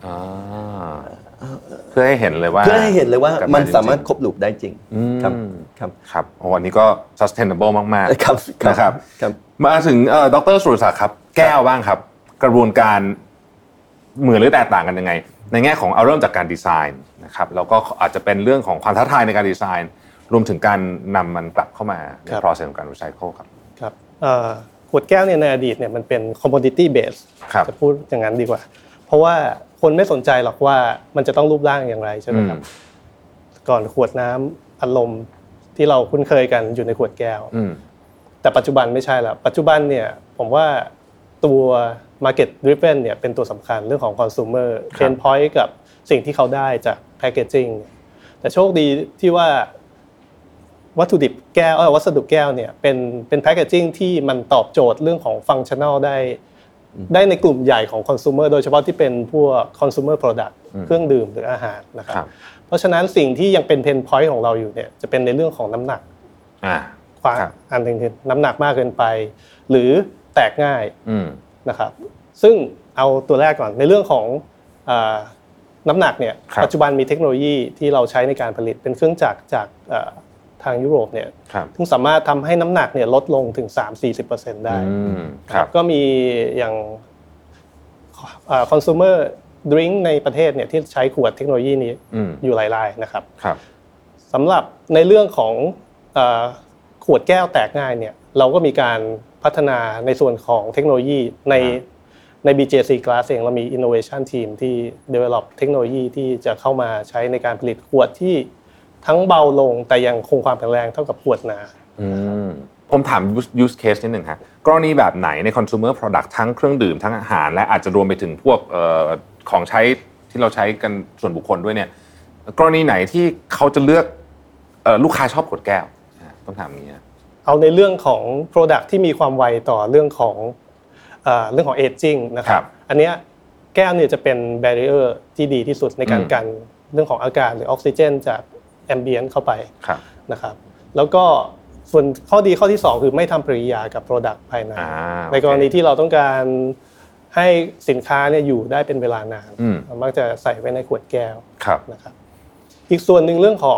เพื่อให้เห็นเลยว่าเพื่อให้เห็นเลยว่ามันสามารถครบลูปได้จริงครับครับครับโอ้อันนี้ก็ sustainable มากๆครับนะครับมาถึงดร.สุรศักดิ์ครับแก้วบ้างครับกระบวนการเหมือนหรือแตกต่างกันยังไงในแง่ของเอาเริ่มจากการดีไซน์นะครับแล้วก็อาจจะเป็นเรื่องของความท้าทายในการดีไซน์รวมถึงการนำมันกลับเข้ามาใน process ของการรีไซเคิลครับครับขวดแก้วเนี่ยในอดีตเนี่ยมันเป็น commodity base จะพูดอย่างนั้นดีกว่าเพราะว่าคนไม่สนใจหรอกว่ามันจะต้องรูปร่างอย่างไรใช่ไหมครับก่อนขวดน้ำอัดลมที่เราคุ้นเคยกันอยู่ในขวดแก้วแต่ปัจจุบันไม่ใช่แล้วปัจจุบันเนี่ยผมว่าตัว market driven เนี่ยเป็นตัวสำคัญเรื่องของ consumer pain point กับสิ่งที่เขาได้จาก packaging แต่โชคดีที่ว่าวัตถุดิบแก้วเออวัสดุแก้วเนี่ยเป็นเป็น packaging ที่มันตอบโจทย์เรื่องของ functional ได้ได้ในกลุ่มใหญ่ของ consumer โดยเฉพาะที่เป็นพวก consumer product เครื่องดื่มหรืออาหารนะครับเพราะฉะนั้นสิ่งที่ยังเป็น pain point ของเราอยู่เนี่ยจะเป็นในเรื่องของน้ำหนักความอันนึงคือน้ำหนักมากเกินไปหรือแตกง่ายนะครับซึ่งเอาตัวแรกก่อนในเรื่องของน้ำหนักเนี่ยปัจจุบันมีเทคโนโลยีที่เราใช้ในการผลิตเป็นเครื่องจักรจากทางยุโรปเนี่ยซึ่งสามารถทำให้น้ำหนักเนี่ยลดลงถึง สามถึงสี่สิบเปอร์เซ็นต์ ได้ก็มีอย่างconsumer drink ในประเทศเนี่ยที่ใช้ขวดเทคโนโลยีนี้อยู่หลายรายนะครับสำหรับในเรื่องของขวดแก้วแตกง่ายเนี่ยเราก็มีการพัฒนาในส่วนของเทคโนโลยีในใน บี เจ ซี Glass เองเรามี innovation team ที่ develop เทคโนโลยีที่จะเข้ามาใช้ในการผลิตขวดที่ทั้งเบาลงแต่ยังคงความแข็งแรงเท่ากับขวดหนาผมถาม use case นิดนึงครับกรณีแบบไหนใน consumer product ทั้งเครื่องดื่มทั้งอาหารและอาจจะรวมไปถึงพวกเอ่อของใช้ที่เราใช้กันส่วนบุคคลด้วยเนี่ยกรณีไหนที่เขาจะเลือกเอ่อลูกค้าชอบขวดแก้วต้องถามอย่างนี้เอาในเรื่องของ product ที่มีความไวต่อเรื่องของเอ่อเรื่องของ aging นะครับอันเนี้ยแก้วเนี่ยจะเป็น barrier ที่ดีที่สุดในการกันเรื่องของอากาศหรือออกซิเจนจากแอมเบียนต์เข้าไปนะครับแล้วก็ส่วนข้อดีข้อที่สองคือไม่ทำปฏิกิริยากับ product ภายในในกรณีที่เราต้องการให้สินค้าเนี่ยอยู่ได้เป็นเวลานานเรามักจะใส่ไว้ในขวดแก้วนะครับอีกส่วนหนึ่งเรื่องของ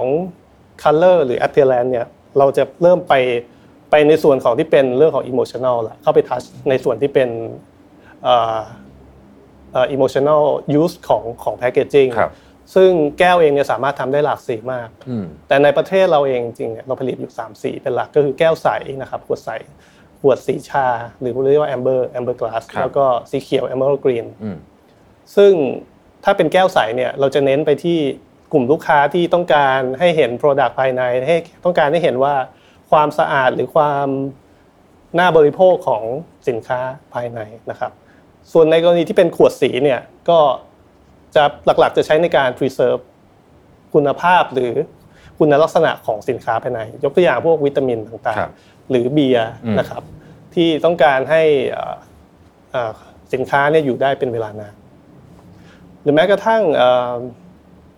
color หรือ appearance เนี่ยเราจะเริ่มไปไปในส่วนของที่เป็นเรื่องของ emotional ละเข้าไป touch ในส่วนที่เป็นเอ่อเอ่อ emotional use ของของ packagingซึ่งแก้วเองเนี่ยสามารถทำได้หลากสีมากแต่ในประเทศเราเองจริงเนี่ยเราผลิตอยู่สามสีเป็นหลักก็คือแก้วใสนะครับขวดใสขวดสีชาหรือเรียกว่า amber amber glass แล้วก็สีเขียว emerald green ซึ่งถ้าเป็นแก้วใสเนี่ยเราจะเน้นไปที่กลุ่มลูกค้าที่ต้องการให้เห็น product ภายในให้ต้องการให้เห็นว่าความสะอาดหรือความน่าบริโภคของสินค้าภายในนะครับส่วนในกรณีที่เป็นขวดสีเนี่ยก็จะหลักๆจะใช้ในการ preserve คุณภาพหรือคุณลักษณะของสินค้าภายในยกตัวอย่างพวกวิตามินต่างๆหรือเบียร์นะครับที่ต้องการให้สินค้าเนี่ยอยู่ได้เป็นเวลานานหรือแม้กระทั่ง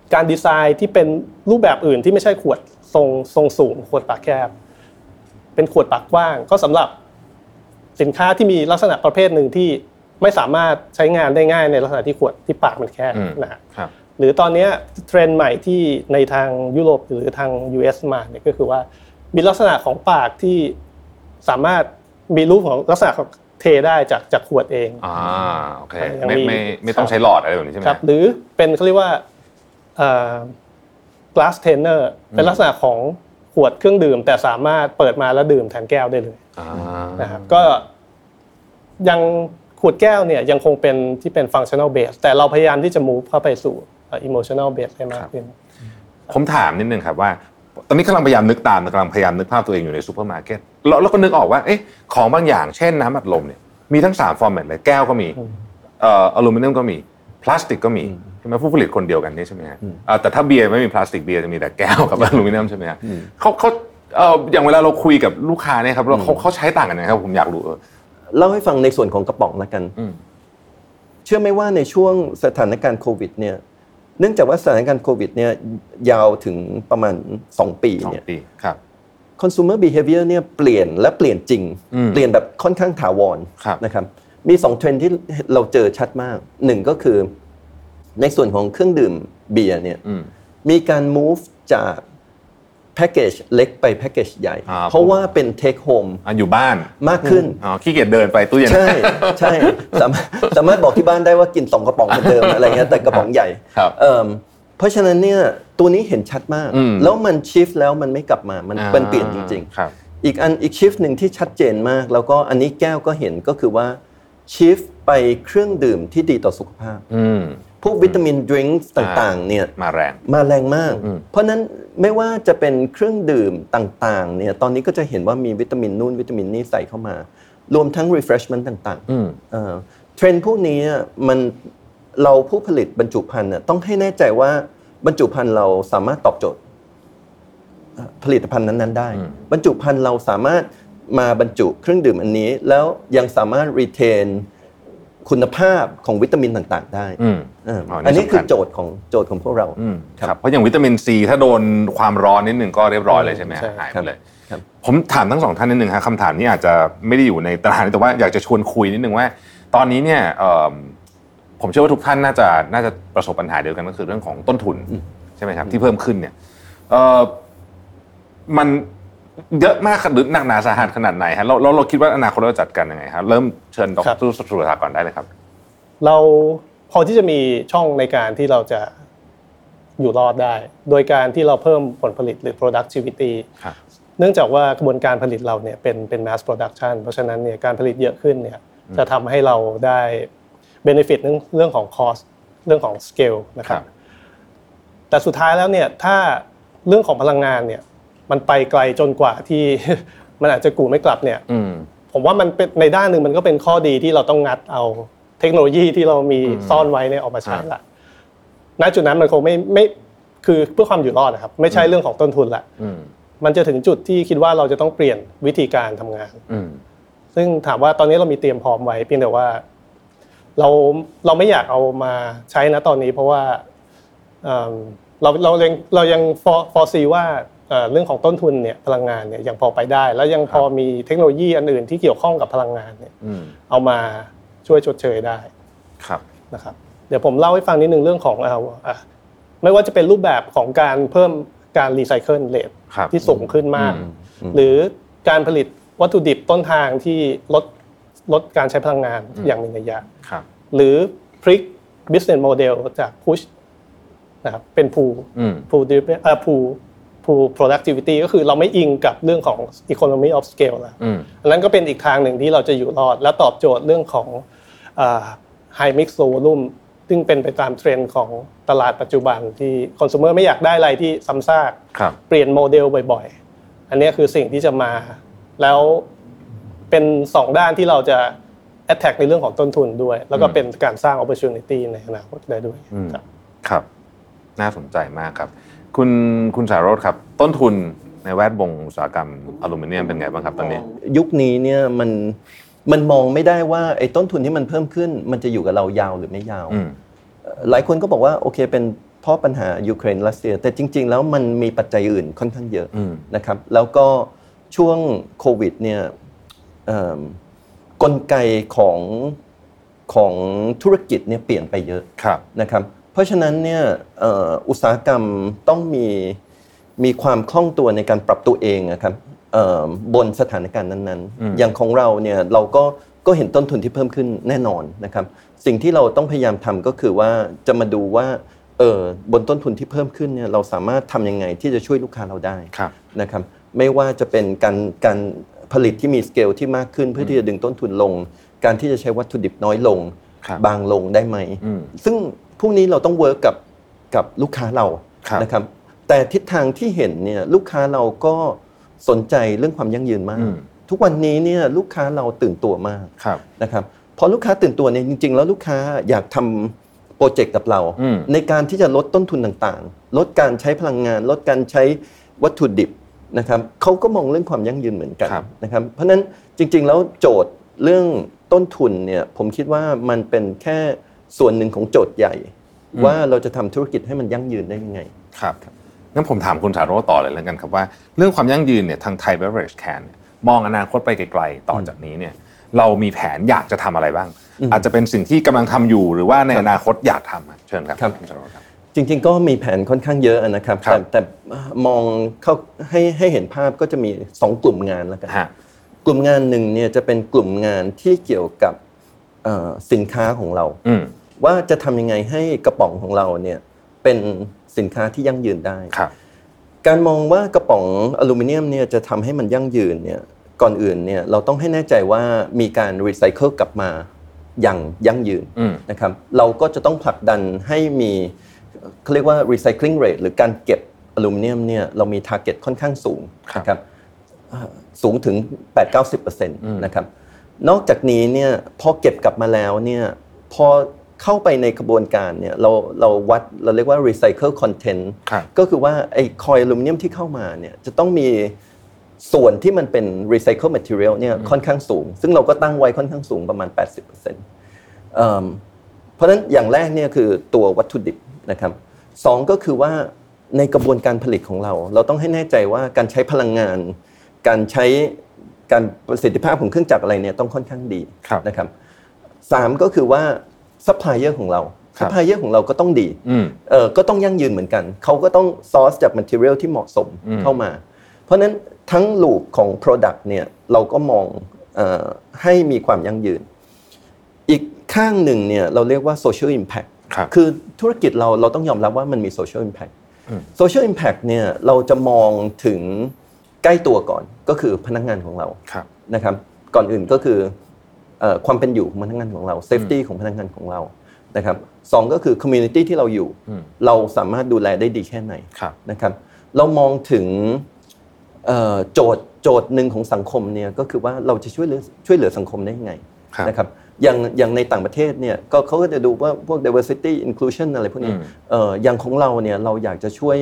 การดีไซน์ที่เป็นรูปแบบอื่นที่ไม่ใช่ขวดทรงทรงสูงขวดปากแคบเป็นขวดปากกว้างก็สำหรับสินค้าที่มีลักษณะประเภทหนึ่งที่ไม่สามารถใช้งานได้ง่ายในลักษณะที่ขวดที่ปากมันแคบนะครับหรือตอนนี้เทรนด์ใหม่ที่ในทางยุโรปหรือทาง ยู เอส มาเนี่ยก็คือว่ามีลักษณะของปากที่สามารถมีรูปของลักษณะของเทได้จากจากขวดเองอ่าโอเคไม่ไม่ไม่ต้องใช้หลอดอะไรแบบนี้ใช่ไหมครับหรือเป็นเขาเรียกว่าเอ่อ glass container เป็นลักษณะของขวดเครื่องดื่มแต่สามารถเปิดมาแล้วดื่มแทนแก้วได้เลยนะครับก็ยังขวดแก้วเนี่ยยังคงเป็นที่เป็น functional base แต่เราพยายามที่จะ move เข้าไปสู่ emotional base ได้มากขึ้นผมถามนิดนึงครับว่าตอนนี้กำลังพยายามนึกตามกำลังพยายามนึกภาพตัวเองอยู่ในซูเปอร์มาร์เก็ตแล้วเราก็นึกออกว่าเอ๊ะของบางอย่างเช่นน้ำอัดลมเนี่ยมีทั้งสามฟอร์แมตเลยแก้วก็มีเอ่ออลูมิเนียมก็มีพลาสติกก็มีใช่ไหมผู้ผลิตคนเดียวกันนี่ใช่ไหมฮะแต่ถ้าเบียร์ไม่มีพลาสติกเบียร์จะมีแต่แก้วกับอลูมิเนียมใช่ไหมฮะเขาเขาเอ่ออย่างเวลาเราคุยกับลูกค้าเนี่ยครับเขาเขาใช้ต่างกันนะครับผมอยากรู้เล่าให้ฟังในส่วนของกระป๋องละกันเชื่อไหมว่าในช่วงสถานการณ์โควิดเนี่ยเนื่องจากว่าสถานการณ์โควิดเนี่ยยาวถึงประมาณสองปีเนี่ยครับ consumer behavior เนี่ยเปลี่ยนและเปลี่ยนจริงเปลี่ยนแบบค่อนข้างถาวรนะครับมีสองเทรนด์ที่เราเจอชัดมากหนึ่งก็คือในส่วนของเครื่องดื่มเบียร์เนี่ยมีการ move จากแพ็คเกจเล็กไปแพ็คเกจใหญ่เพราะว่าเป็น take home อยู่บ้านมากขึ้นอ๋อขี้เกียจเดินไปตู้เย็นใช่ใช่สามารถสามารถบอกที่บ้านได้ว่ากินสองกระป๋องเหมือนเดิมอะไรเงี้ยแต่กระป๋องใหญ่เอ่อเพราะฉะนั้นเนี่ยตัวนี้เห็นชัดมากแล้วมัน shift แล้วมันไม่กลับมามันเป็นเปลี่ยนจริงๆอีกอันอีก shift นึงที่ชัดเจนมากแล้วก็อันนี้แก้วก็เห็นก็คือว่า shift ไปเครื่องดื่มที่ดีต่อสุขภาพพวกวิตามินดริงก์ต่างๆเนี่ยมาแรงมาแรงมากเพราะนั้นไม่ว่าจะเป็นเครื่องดื่มต่างๆเนี่ยตอนนี้ก็จะเห็นว่ามีวิตามินนู่นวิตามินนี่ใส่เข้ามารวมทั้ง refreshment ต่างๆเอ่อเทรนด์พวกนี้มันเราผู้ผลิตบรรจุภัณฑ์ต้องให้แน่ใจว่าบรรจุภัณฑ์เราสามารถตอบโจทย์ผลิตภัณฑ์นั้นๆได้บรรจุภัณฑ์เราสามารถมาบรรจุเครื่องดื่มอันนี้แล้วยังสามารถ retainคุณภาพของวิตามินต่างๆได้อันนี้คือโจทย์ของโจทย์ของพวกเราครับเพราะอย่างวิตามินซีถ้าโดนความร้อนนิดนึงก็เรียบร้อยเลยใช่ไหมหายไปเลยผมถามทั้งสองท่านนิดนึงครับคำถามนี้อาจจะไม่ได้อยู่ในตารางแต่ว่าอยากจะชวนคุยนิดนึงว่าตอนนี้เนี่ยผมเชื่อว่าทุกท่านน่าจะน่าจะประสบปัญหาเดียวกันก็คือเรื่องของต้นทุนใช่ไหมครับที่เพิ่มขึ้นเนี่ยมันเยอะมากหรือหนักหนาสาหัสขนาดไหนฮะเราเราเราคิดว่าอนาคตเราจัดกันยังไงครับเริ่มเชิญดร.สุรศักดิ์ก่อนได้เลยครับเราพอที่จะมีช่องในการที่เราจะอยู่รอดได้โดยการที่เราเพิ่มผลผลิตหรือ productivity เนื่องจากว่ากระบวนการผลิตเราเนี่ยเป็นเป็น mass production เพราะฉะนั้นเนี่ยการผลิตเยอะขึ้นเนี่ยจะทำให้เราได้ benefit เรื่องของ cost เรื่องของ scale นะครับแต่สุดท้ายแล้วเนี่ยถ้าเรื่องของพลังงานเนี่ยมันไปไกลจนกว่าที่มันอาจจะกู่ไม่กลับเนี่ยผมว่ามันเป็นในด้านนึงมันก็เป็นข้อดีที่เราต้องงัดเอาเทคโนโลยีที่เรามีซ่อนไว้เนี่ยออกมาใช้ละณจุดนั้นมันคงไม่ไม่คือเพื่อความอยู่รอดนะครับไม่ใช่เรื่องของต้นทุนละมันจะถึงจุดที่คิดว่าเราจะต้องเปลี่ยนวิธีการทำงานซึ่งถามว่าตอนนี้เรามีเตรียมพร้อมไว้เพียงแต่ว่าเราเราไม่อยากเอามาใช้ณตอนนี้เพราะว่าเราเรายังเรายังฟอร์ซีว่าเรื่องของต้นทุนเนี่ยพลังงานเนี่ยยังพอไปได้แล้วยังพอมีเทคโนโลยีอันอื่นที่เกี่ยวข้องกับพลังงานเนี่ยเอามาช่วยชดเชยได้ครับนะครับเดี๋ยวผมเล่าให้ฟังนิดนึงเรื่องของอ่าไม่ว่าจะเป็นรูปแบบของการเพิ่มการรีไซเคิลเรทที่สูงขึ้นมากหรือการผลิตวัตถุดิบต้นทางที่ลดลดการใช้พลังงานอย่างมีนัยยะหรือพลิก business model จาก push นะครับเป็น pull pull เอ่อ pull pull productivity ก็คือเราไม่อิงกับเรื่องของ economy of scale แล้วอันนั้นก็เป็นอีกทางหนึ่งที่เราจะอยู่รอดและตอบโจทย์เรื่องของอ่า high mix low volume ซึ่งเป็นไปตามเทรนด์ของตลาดปัจจุบันที่คอน sumer ไม่อยากได้อะไรที่ซ้ำซากเปลี่ยนโมเดลบ่อยๆอันนี้คือสิ่งที่จะมาแล้วเป็นสองด้านที่เราจะ attack ในเรื่องของต้นทุนด้วยแล้วก็เป็นการสร้าง opportunity ในอนาคตได้ด้วยครับครับน่าสนใจมากครับคุณคุณสารโรจน์ครับต้นทุนในแวดวงอุตสาหกรรมอลูมิเนียมเป็นไงบ้างครับตอนนี้ยุคนี้เนี่ยมันมันมองไม่ได้ว่าไอ้ต้นทุนที่มันเพิ่มขึ้นมันจะอยู่กับเรายาวหรือไม่ยาวหลายคนก็บอกว่าโอเคเป็นเพราะปัญหายูเครนรัสเซียแต่จริงๆแล้วมันมีปัจจัยอื่นค่อนข้างเยอะนะครับแล้วก็ช่วงโควิดเนี่ยกลไกของของธุรกิจเนี่ยเปลี่ยนไปเยอะนะครับเพราะฉะนั้นเนี่ยอุตสาหกรรมต้องมีมีความคล่องตัวในการปรับตัวเองนะครับบนสถานการณ์นั้นๆอย่างของเราเนี่ยเราก็ก็เห็นต้นทุนที่เพิ่มขึ้นแน่นอนนะครับสิ่งที่เราต้องพยายามทำก็คือว่าจะมาดูว่าเออบนต้นทุนที่เพิ่มขึ้นเนี่ยเราสามารถทำยังไงที่จะช่วยลูกค้าเราได้นะครับไม่ว่าจะเป็นการการผลิตที่มีสเกลที่มากขึ้นเพื่อที่จะดึงต้นทุนลงการที่จะใช้วัตถุดิบน้อยลงบางลงได้ไหมซึ่งพวกนี้เราต้องเวิร์กกับกับลูกค้าเรานะครับแต่ทิศทางที่เห็นเนี่ยลูกค้าเราก็สนใจเรื่องความยั่งยืนมากทุกวันนี้เนี่ยลูกค้าเราตื่นตัวมากนะครับพอลูกค้าตื่นตัวเนี่ยจริงๆแล้วลูกค้าอยากทำโปรเจกต์กับเราในการที่จะลดต้นทุนต่างๆลดการใช้พลังงานลดการใช้วัตถุดิบนะครับเขาก็มองเรื่องความยั่งยืนเหมือนกันนะครับเพราะฉะนั้นจริงๆแล้วโจทย์เรื่องต้นทุนเนี่ยผมคิดว่ามันเป็นแค่ส่วนหนึ่งของโจทย์ใหญ่ว่าเราจะทำธุรกิจให้มันยั่งยืนได้ยังไงครับงั้นผมถามคุณสาโรจน์ต่อเลยแล้วกันครับว่าเรื่องความยั่งยืนเนี่ยทาง Thai Beverage Can มองอนาคตไปไกลๆต่อจากนี้เนี่ยเรามีแผนอยากจะทำอะไรบ้างอาจจะเป็นสิ่งที่กำลังทำอยู่หรือว่าในอนาคตอยากทำเชิญครับคุณสาโรจน์ครับจริงๆก็มีแผนค่อนข้างเยอะนะครับแต่แต่มองเข้าให้ให้เห็นภาพก็จะมีสองกลุ่มงานแล้วกันกลุ่มงานหนึ่งเนี่ยจะเป็นกลุ่มงานที่เกี่ยวกับสินค้าของเราว่าจะทำยังไงให้กระป๋องของเราเนี่ยเป็นสินค้าที่ยั่งยืนได้การมองว่ากระป๋องอลูมิเนียมเนี่ยจะทำให้มันยั่งยืนเนี่ยก่อนอื่นเนี่ยเราต้องให้แน่ใจว่ามีการรีไซเคิลกลับมาอย่างยั่งยืนนะครับเราก็จะต้องผลักดันให้มีเขาเรียกว่า recycling rate หรือการเก็บอลูมิเนียมเนี่ยเรามี target ค่อนข้างสูงนะครับสูงถึง แปดถึงเก้าสิบเปอร์เซ็นต์ นะครับนอกจากนี้เนี่ยพอเก็บกลับมาแล้วเนี่ยพอเข้าไปในกระบวนการเนี่ยเราเราวัดเราเรียกว่า recycle content ก็คือว่าไอ้คอยอลูมิเนียมที่เข้ามาเนี่ยจะต้องมีส่วนที่มันเป็น recycle material เนี่ยค่อนข้างสูงซึ่งเราก็ตั้งไว้ค่อนข้างสูงประมาณ แปดสิบเปอร์เซ็นต์ เอ่อเพราะฉะนั้นอย่างแรกเนี่ยคือตัววัตถุดิบนะครับสองก็คือว่าในกระบวนการผลิตของเราเราต้องให้แน่ใจว่าการใช้พลังงานการใช้การประสิทธิภาพของเครื่องจักรอะไรเนี่ยต้องค่อนข้างดีนะครับสามก็คือว่าซัพพลายเออร์ของเราซัพพลายเออร์ของเราก็ต้องดีเอ่อก็ต้องยั่งยืนเหมือนกันเขาก็ต้องซอร์สจากแมททีเรียลที่เหมาะสมเข้ามาเพราะนั้นทั้งลูปของ product เนี่ยเราก็มองเอ่อให้มีความยั่งยืนอีกข้างหนึ่งเนี่ยเราเรียกว่า social impact คือธุรกิจเราเราต้องยอมรับว่ามันมี social impact social impact เนี่ยเราจะมองถึงใกล้ตัวก่อนก็คือพนักงานของเรานะครับก่อนอื่นก็คือความเป็นอยู่ของพนักงานของเรา safety ของพนักงานของเรานะครับสองก็คือ community ที่เราอยู่เราสามารถดูแลได้ดีแค่ไหนนะครับเรามองถึงโจทย์โจทย์หนึ่งของสังคมเนี่ยก็คือว่าเราจะช่วยเหลือช่วยเหลือสังคมได้ยังไงนะครับอย่างอย่างในต่างประเทศเนี่ยก็เขาก็จะดูว่าพวก diversity inclusion อะไรพวกนี้เอ่ออย่างของเราเนี่ยเราอยากจะช่วย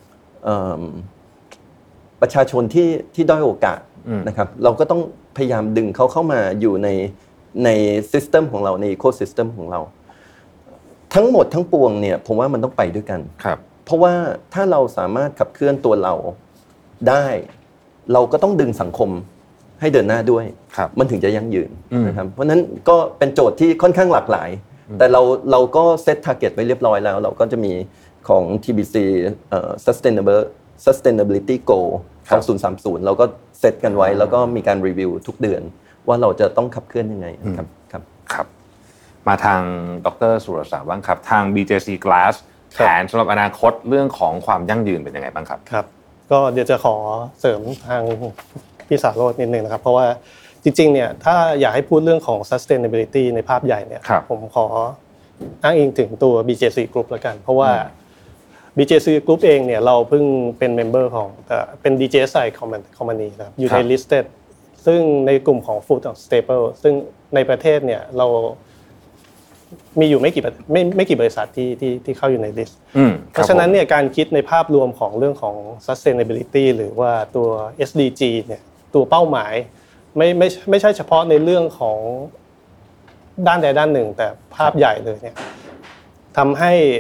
ประชาชนที่ที่ด้อยโอกาสนะครับเราก็ต้องพยายามดึงเขาเข้ามาอยู่ในใน system ของเราใน ecosystem ของเราทั้งหมดทั้งปวงเนี่ยผมว่ามันต้องไปด้วยกันเพราะว่าถ้าเราสามารถขับเคลื่อนตัวเราได้เราก็ต้องดึงสังคมให้เดินหน้าด้วยมันถึงจะยั่งยืนนะครับเพราะนั้นก็เป็นโจทย์ที่ค่อนข้างหลากหลายแต่เราเราก็เซต target ไว้เรียบร้อยแล้วเราก็จะมีของ ที บี ซี เอ่อ sustainable sustainability goal สองพันสามสิบเราก็เซตกันไว้แล้วก็มีการรีวิวทุกเดือนว่าเราจะต้องขับเคลื่อนยังไงครับครับครับมาทางดร.สุรศักดิ์บ้างครับทาง บี เจ ซี Glass แผนสำหรับอนาคตเรื่องของความยั่งยืนเป็นยังไงบ้างครับครับก็เดี๋ยวจะขอเสริมทางพี่สาโรจน์นิดนึงนะครับเพราะว่าจริงๆเนี่ยถ้าอยากให้พูดเรื่องของ sustainability ในภาพใหญ่เนี่ยผมขออ้างอิงถึงตัว บี เจ ซี Group ละกันเพราะว่า บี เจ ซี Group เองเนี่ยเราเพิ่งเป็นเมมเบอร์ของเป็น ดี เจ เอส ไอ Company นะครับอยู่ใน listed ซึ่งในกลุ่มของ Food Staple ซึ่งในประเทศเนี่ยเรามีอยู่ไม่กี่ไม่ไม่กี่บริษัทที่ที่ที่เข้าอยู่ใน list เพราะฉะนั้นเนี่ยการคิดในภาพรวมของเรื่องของ sustainability หรือว่าตัว เอส ดี จี เนี่ยตัวเป้าหมายไม่ไม่ไม่ใช่เฉพาะในเรื่องของด้านใดด้านหนึ่งแต่ภาพใหญ่เลยเนี่ยทำให้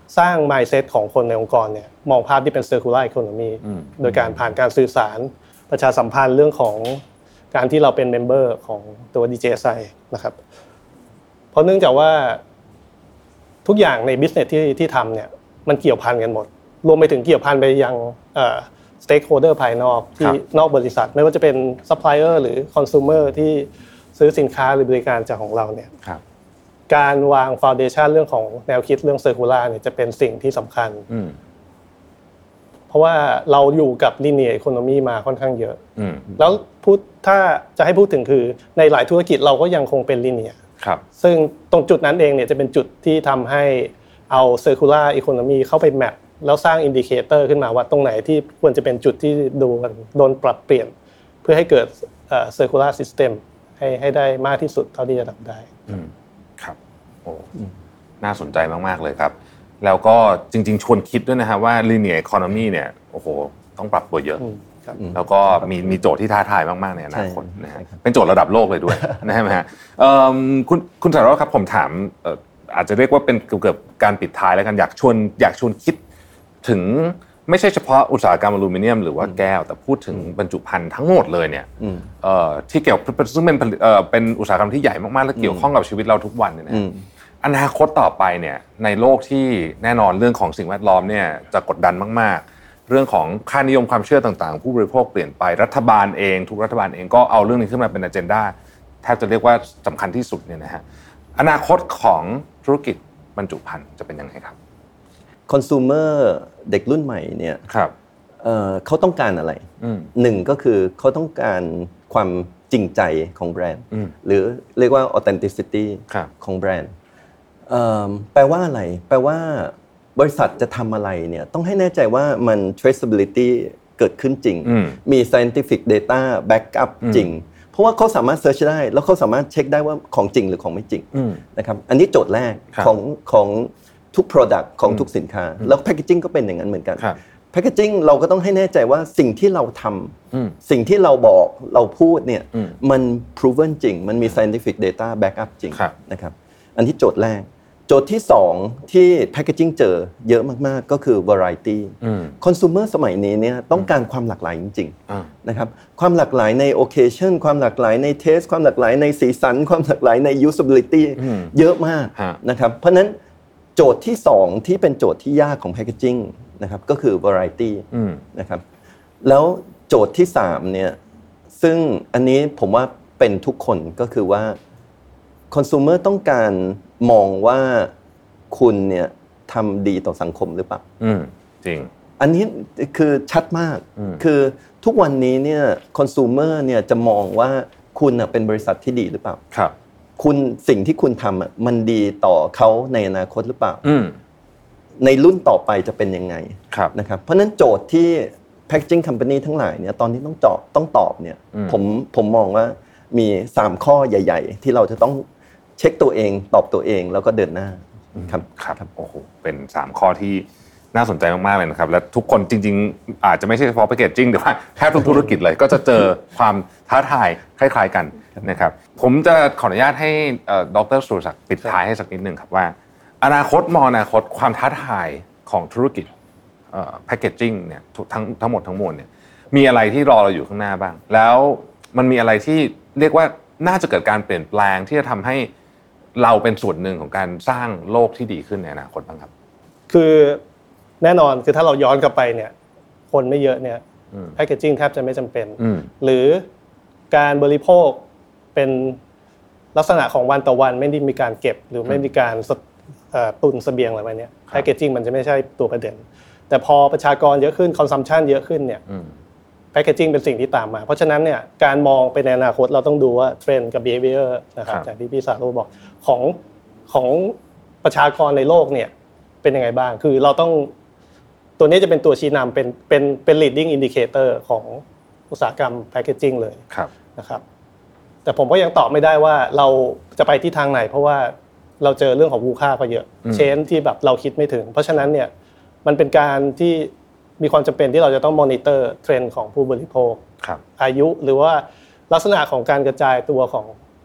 สร้าง mindset ของคนในองค์กรเนี่ยมองภาพที่เป็น circular economy โดยการผ่านการสื่อสารประชาสัมพันธ์เรื่องของการที่เราเป็น member ของตัว ดี เจ เอส ไอ นะครับเพราะเนื่องจากว่าทุกอย่างใน business ที่ที่ทำเนี่ยมันเกี่ยวพันกันหมดรวมไปถึงเกี่ยวพันไปยังเอ่อ stakeholder ภายนอกที่นอกบริษัทไม่ว่าจะเป็น supplier หรือ consumer ที่ซื้อสินค้าหรือบริการจากของเราเนี่ยการวาง foundation เรื่องของแนวคิดเรื่อง circular เนี่ยจะเป็นสิ่งที่สำคัญเพราะว่าเราอยู่กับ linear economy มาค่อนข้างเยอะแล้วพูดถ้าจะให้พูดถึงคือในหลายธุรกิจเราก็ยังคงเป็น linear ครับซึ่งตรงจุดนั้นเองเนี่ยจะเป็นจุดที่ทำให้เอา circular economy เข้าไปแมปแล้วสร้าง indicator ขึ้นมาว่าตรงไหนที่ควรจะเป็นจุดที่ดูโดนปรับเปลี่ยนเพื่อให้เกิดเอ่อ circular system ให้ให้ได้มากที่สุดเท่าที่จะทำได้ครับโอ้น่าสนใจมากๆเลยครับแล้วก็จริงๆชวนคิดด้วยนะฮะว่า linear economy เนี่ยโอ้โหต้องปรับตัวเยอะแล้วก็มีมีโจทย์ที่ท้าทายมากๆในอนาคตนะฮะเป็นโจทย์ระดับโลกเลยด้วยนะฮะเอ่อคุณคุณสารวัตรครับผมถามเอ่ออาจจะเรียกว่าเป็นเกี่ยวกับการปิดท้ายแล้วกันอยากชวนอยากชวนคิดถึงไม่ใช่เฉพาะอุตสาหกรรมอลูมิเนียมหรือว่าแก้วแต่พูดถึงบรรจุภัณฑ์ทั้งหมดเลยเนี่ยเอ่อที่เกี่ยวซึ่งเป็นเอ่อเป็นอุตสาหกรรมที่ใหญ่มากๆและเกี่ยวข้องกับชีวิตเราทุกวันเนี่ยนะอนาคตต่อไปเนี่ยในโลกที่แน่นอนเรื่องของสิ่งแวดล้อมเนี่ยจะกดดันมากๆเรื่องของค่านิยมความเชื่อต่างๆผู้บริโภคเปลี่ยนไปรัฐบาลเองทุกรัฐบาลเองก็เอาเรื่องนี้ขึ้นมาเป็นอเจนดาแทบจะเรียกว่าสำคัญที่สุดเนี่ยนะฮะอนาคตของธุรกิจบรรจุภัณฑ์จะเป็นยังไงครับคอน sumer เด็กรุ่นใหม่เนี่ยครับเอ่อเขาต้องการอะไรหนึ่งก็คือเขาต้องการความจริงใจของแบรนด์หรือเรียกว่า authenticity ของแบรนด์เอ่อแปลว่าอะไรแปลว่าบริษัทจะทำอะไรเนี่ยต้องให้แน่ใจว่ามัน traceability เกิดขึ้นจริงมี scientific data backup จริงเพราะว่าเขาสามารถ search ได้แล้วเขาสามารถเช็คได้ว่าของจริงหรือของไม่จริงนะครับอันนี้โจทย์แรกของของทุก product ของทุกสินค้าแล้ว packaging ก็เป็นอย่างนั้นเหมือนกัน packaging เราก็ต้องให้แน่ใจว่าสิ่งที่เราทำสิ่งที่เราบอกเราพูดเนี่ยมัน proven จริงมันมี scientific data backup จริงนะครับอันที่โจทย์แรกโจทย์ที่สองที่ packaging เจอเยอะมากๆก็คือ variety consumer สมัยนี้เนี่ยต้องการความหลากหลายจริงๆนะครับความหลากหลายใน occasion ความหลากหลายใน taste ความหลากหลายในสีสันความหลากหลายใน usability เยอะมากนะครับเพราะนั้นโจทย์ที่สองที่เป็นโจทย์ที่ยากของ packaging นะครับก็คือ variety นะครับแล้วโจทย์ที่สามเนี่ยซึ่งอันนี้ผมว่าเป็นทุกคนก็คือว่า consumer ต้องการมองว่าคุณเนี่ยทำดีต่อสังคมหรือเปล่าจริงอันนี้คือชัดมากคือทุกวันนี้เนี่ย consumer เนี่ยจะมองว่าคุณเป็นบริษัทที่ดีหรือเปล่าครับคุณสิ่งที่คุณทำอ่ะมันดีต่อเขาในอนาคตหรือเปล่าในรุ่นต่อไปจะเป็นยังไงนะครับเพราะนั้นโจทย์ที่ packaging company ทั้งหลายเนี่ยตอนนี้ต้องตอบต้องตอบเนี่ยผมผมมองว่ามีสามข้อใหญ่ๆที่เราจะต้องเช็คตัวเองตอบตัวเองแล้วก็เดินหน้าครับครับโอ้โหเป็นสามข้อที่น่าสนใจมากๆเลยนะครับและทุกคนจริงๆอาจจะไม่ใช่เฉพาะ packaging แต่ว่าแทบทุกธุรกิจเลยก็จะเจอความท้าทายคล้ายๆกันนะครับผมจะขออนุญาตให้ดร.สุรศักดิ์ปิดท้ายให้สักนิดนึงครับว่าอนาคตมองอนาคตความท้าทายของธุรกิจเอ่อ packaging เนี่ยทั้งทั้งหมดทั้งมวลเนี่ยมีอะไรที่รอเราอยู่ข้างหน้าบ้างแล้วมันมีอะไรที่เรียกว่าน่าจะเกิดการเปลี่ยนแปลงที่จะทำให้เราเป็นส่วนหนึ่งของการสร้างโลกที่ดีขึ้นในอนาคตบ้างครับคือแน่นอนคือถ้าเราย้อนกลับไปเนี่ยคนไม่เยอะเนี่ยแพคเกจจิ้งแทบจะไม่จำเป็นหรือการบริโภคเป็นลักษณะของวันต่อวันไม่ได้มีการเก็บหรือไม่มีการตุนเสบียงอะไรแบบนี้แพคเกจจิ้งมันจะไม่ใช่ตัวประเด็นแต่พอประชากรเยอะขึ้นคอนซัมชันเยอะขึ้นเนี่ยแพคเกจจิ้งเป็นสิ่งที่ตามมาเพราะฉะนั้นเนี่ยการมองไปในอนาคตเราต้องดูว่าเทรนด์กับ behavior นะครับจากที่พี่สาโรบอกของของประชากรในโลกเนี่ยเป็นยังไงบ้างคือเราต้องตัวนี้จะเป็นตัวชี้นำเป็นเป็นเป็น leading indicator ของอุตสาหกรรมแพคเกจจิ้งเลยนะครับแต่ผมก็ยังตอบไม่ได้ว่าเราจะไปที่ทางไหนเพราะว่าเราเจอเรื่องของวูค่าก็เยอะเชนที่แบบเราคิดไม่ถึงเพราะฉะนั้นเนี่ยมันเป็นการที่มีความจำเป็นที่เราจะต้องมอนิเตอร์เทรนด์ของผู้บริโภคอายุหรือว่าลักษณะของการกระจายตัวของ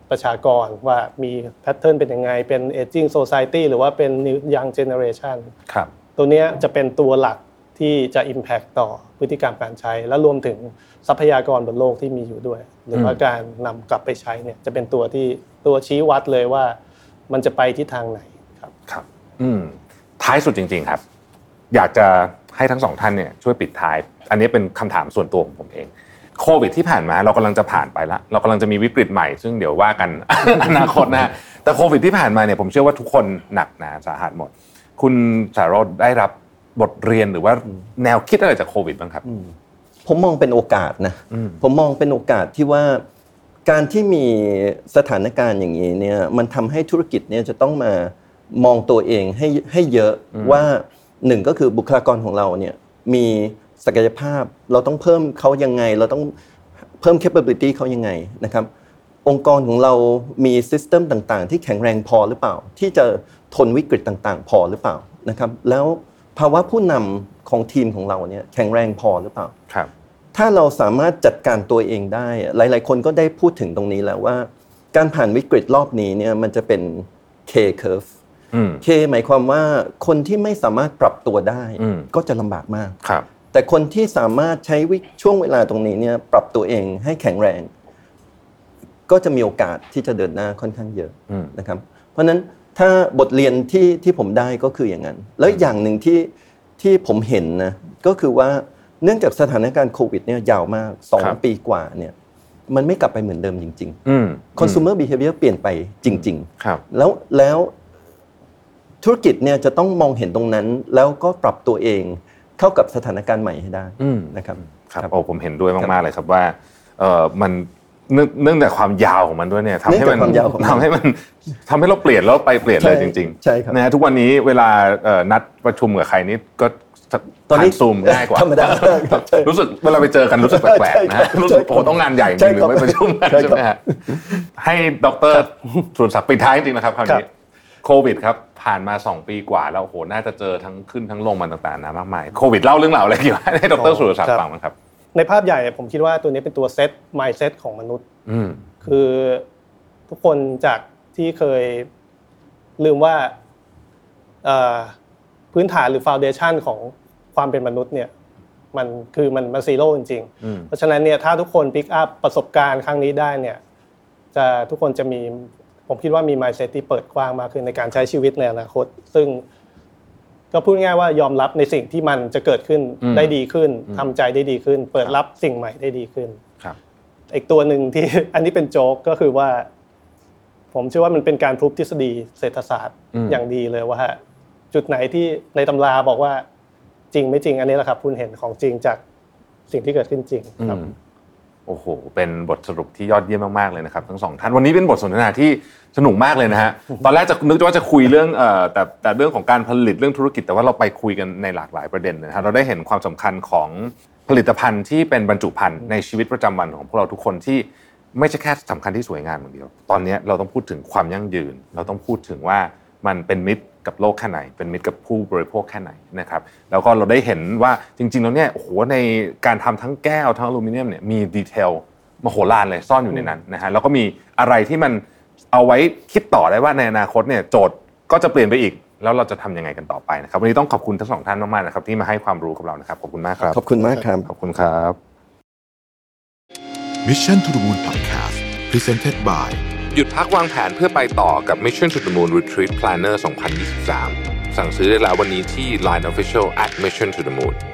ประชากรว่ามีแพทเทิร์นเป็นยังไงเป็น aging society หรือว่าเป็น young generation ครับตัวนี้จะเป็นตัวหลักที่จะ impact ต่อพฤติกรรมการใช้และรวมถึงทรัพยากรบนโลกที่มีอยู่ด้วยหรือว่าการนำกลับไปใช้เนี่ยจะเป็นตัวที่ตัวชี้วัดเลยว่ามันจะไปทิศทางไหนครับครับอืมท้ายสุดจริงๆครับอยากจะให้ทั้งสองท่านเนี่ยช่วยปิดท้ายอันนี้เป็นคำถามส่วนตัวของผมเองโควิดที่ผ่านมาเรากำลังจะผ่านไปแล้วเรากำลังจะมีวิกฤตใหม่ซึ่งเดี๋ยวว่ากัน อนาคตนะแต่โควิดที่ผ่านมาเนี่ยผมเชื่อว่าทุกคนหนักหนาสาหัสหมดคุณสารสได้รับบทเรียนหรือว่าแนวคิดอะไรจากโควิดบ้างครับผมมองเป็นโอกาสนะผมมองเป็นโอกาสที่ว่าการที่มีสถานการณ์อย่างนี้เนี่ยมันทำให้ธุรกิจเนี่ยจะต้องมามองตัวเองให้ให้เยอะว่าหนึ่งก็คือบุคลากรของเราเนี่ยมีศักยภาพเราต้องเพิ่มเขายังไงเราต้องเพิ่ม capability เขายังไงนะครับองค์กรของเรามี system ต่างๆที่แข็งแรงพอหรือเปล่าที่จะทนวิกฤตต่างๆพอหรือเปล่านะครับแล้วภาวะผู้นำของทีมของเราเนี่ยแข็งแรงพอหรือเปล่าครับถ้าเราสามารถจัดการตัวเองได้หลายๆคนก็ได้พูดถึงตรงนี้แล้วว่าการผ่านวิกฤตรอบนี้เนี่ยมันจะเป็น K curve K หมายความว่าคนที่ไม่สามารถปรับตัวได้ก็จะลำบากมากแต่คนที่สามารถใช้ช่วงเวลาตรงนี้เนี่ยปรับตัวเองให้แข็งแรงก็จะมีโอกาสที่จะเดินหน้าค่อนข้างเยอะนะครับเพราะฉะนั้นถ้าบทเรียนที่ที่ผมได้ก็คืออย่างนั้นแล้วอย่างหนึ่งที่ที่ผมเห็นนะก็คือว่าเนื่องจากสถานการณ์โควิดเนี่ยยาวมากสองปีกว่าเนี่ยมันไม่กลับไปเหมือนเดิมจริงๆ consumer behavior เปลี่ยนไปจริงๆแล้วแล้วธุรกิจเนี่ยจะต้องมองเห็นตรงนั้นแล้วก็ปรับตัวเองเข้ากับสถานการณ์ใหม่ให้ได้นะครับครับโอ้ผมเห็นด้วยมากๆเลยครับว่าเอ่อมันเนื่องจากความยาวของมันด้วยเนี่ยทำให้มันทำให้มันทำให้เราเปลี่ยนแล้วไปเปลี่ยนเลยจริงๆใช่ครับนะทุกวันนี้เวลานัดประชุมกับใครนี่ก็ตอนนี้ซูมง่ายกว่ารู้สึกเวลาไปเจอกันรู้สึกแปลกๆนะรู้สึกโอ้ต้องงานใหญ่จริงหรือไม่ประชุมกันใช่ไหมฮะให้ดร.สุรศักดิ์ปิดท้ายจริงๆนะครับคราวนี้โควิดครับผ่านมาสองปีกว่าแล้วโอ้โหน่าจะเจอทั้งขึ้นทั้งลงมันต่างๆนะมากมายโควิดเล่าเรื่องราวอะไรเกี่ยวให้ดร.สุรศักดิ์ฟังมั้งครับในภาพใหญ่ผมคิดว่าตัวนี้เป็นตัวเซต mindset ของมนุษย์คือทุกคนจากที่เคยลืมว่าพื้นฐานหรือ foundation ของความเป็นมนุษย์เนี่ยมันคือมันมันซีโร่จริงๆเพราะฉะนั้นเนี่ยถ้าทุกคน pick up ประสบการณ์ครั้งนี้ได้เนี่ยจะทุกคนจะมีผมคิดว่ามี mindset ที่เปิดกว้างมากขึ้นในการใช้ชีวิตในอนาคตซึ่งก็พูดง่ายว่ายอมรับในสิ่งที่มันจะเกิดขึ้นได้ดีขึ้นทำใจได้ดีขึ้นเปิดรับสิ่งใหม่ได้ดีขึ้นครับอีกตัวหนึ่งที่อันนี้เป็นโจ๊กก็คือว่าผมเชื่อว่ามันเป็นการพรูฟทฤษฎีเศรษฐศาสตร์อย่างดีเลยว่าจุดไหนที่ในตำราบอกว่าจริงไม่จริงอันนี้แหละครับคุณเห็นของจริงจากสิ่งที่เกิดขึ้นจริงครับโอ้โหเป็นบทสรุปที่ยอดเยี่ยมมากๆเลยนะครับทั้งสองท่านวันนี้เป็นบทสนทนาที่สนุกมากเลยนะฮะตอนแรกจะนึกว่าจะคุยเรื่องเอ่อแต่แต่เรื่องของการผลิตเรื่องธุรกิจแต่ว่าเราไปคุยกันในหลากหลายประเด็นนะฮะเราได้เห็นความสำคัญของผลิตภัณฑ์ที่เป็นบรรจุภัณฑ์ในชีวิตประจำวันของพวกเราทุกคนที่ไม่ใช่แค่สำคัญที่สวยงามอย่างเดียวตอนนี้เราต้องพูดถึงความยั่งยืนเราต้องพูดถึงว่ามันเป็นมิตรกับโลกแค่ไหนเป็นมิตรกับผู้บริโภคแค่ไหนนะครับแล้วก็เราได้เห็นว่าจริงๆแล้วเนี่ยโอ้โหในการทำทั้งแก้วทั้งอลูมิเนียมเนี่ยมีดีเทลมโหฬารเลยซ่อนอยู่ในนั้นนะฮะแล้วก็มีอะไรที่มันเอาไว้คิดต่อได้ว่าในอนาคตเนี่ยโจทย์ก็จะเปลี่ยนไปอีกแล้วเราจะทำยังไงกันต่อไปนะครับวันนี้ต้องขอบคุณทั้งสองท่านมากๆนะครับที่มาให้ความรู้กับเรานะครับขอบคุณมากครับขอบคุณมากครับขอบคุณครับ Mission to the Moon Podcast Presented by หยุดพักวางแผนเพื่อไปต่อกับ Mission to the Moon Retreat Planner สองพันยี่สิบสามสั่งซื้อได้แล้ววันนี้ที่ ไลน์ Official แอท มิชชั่น ทู เดอะ มูน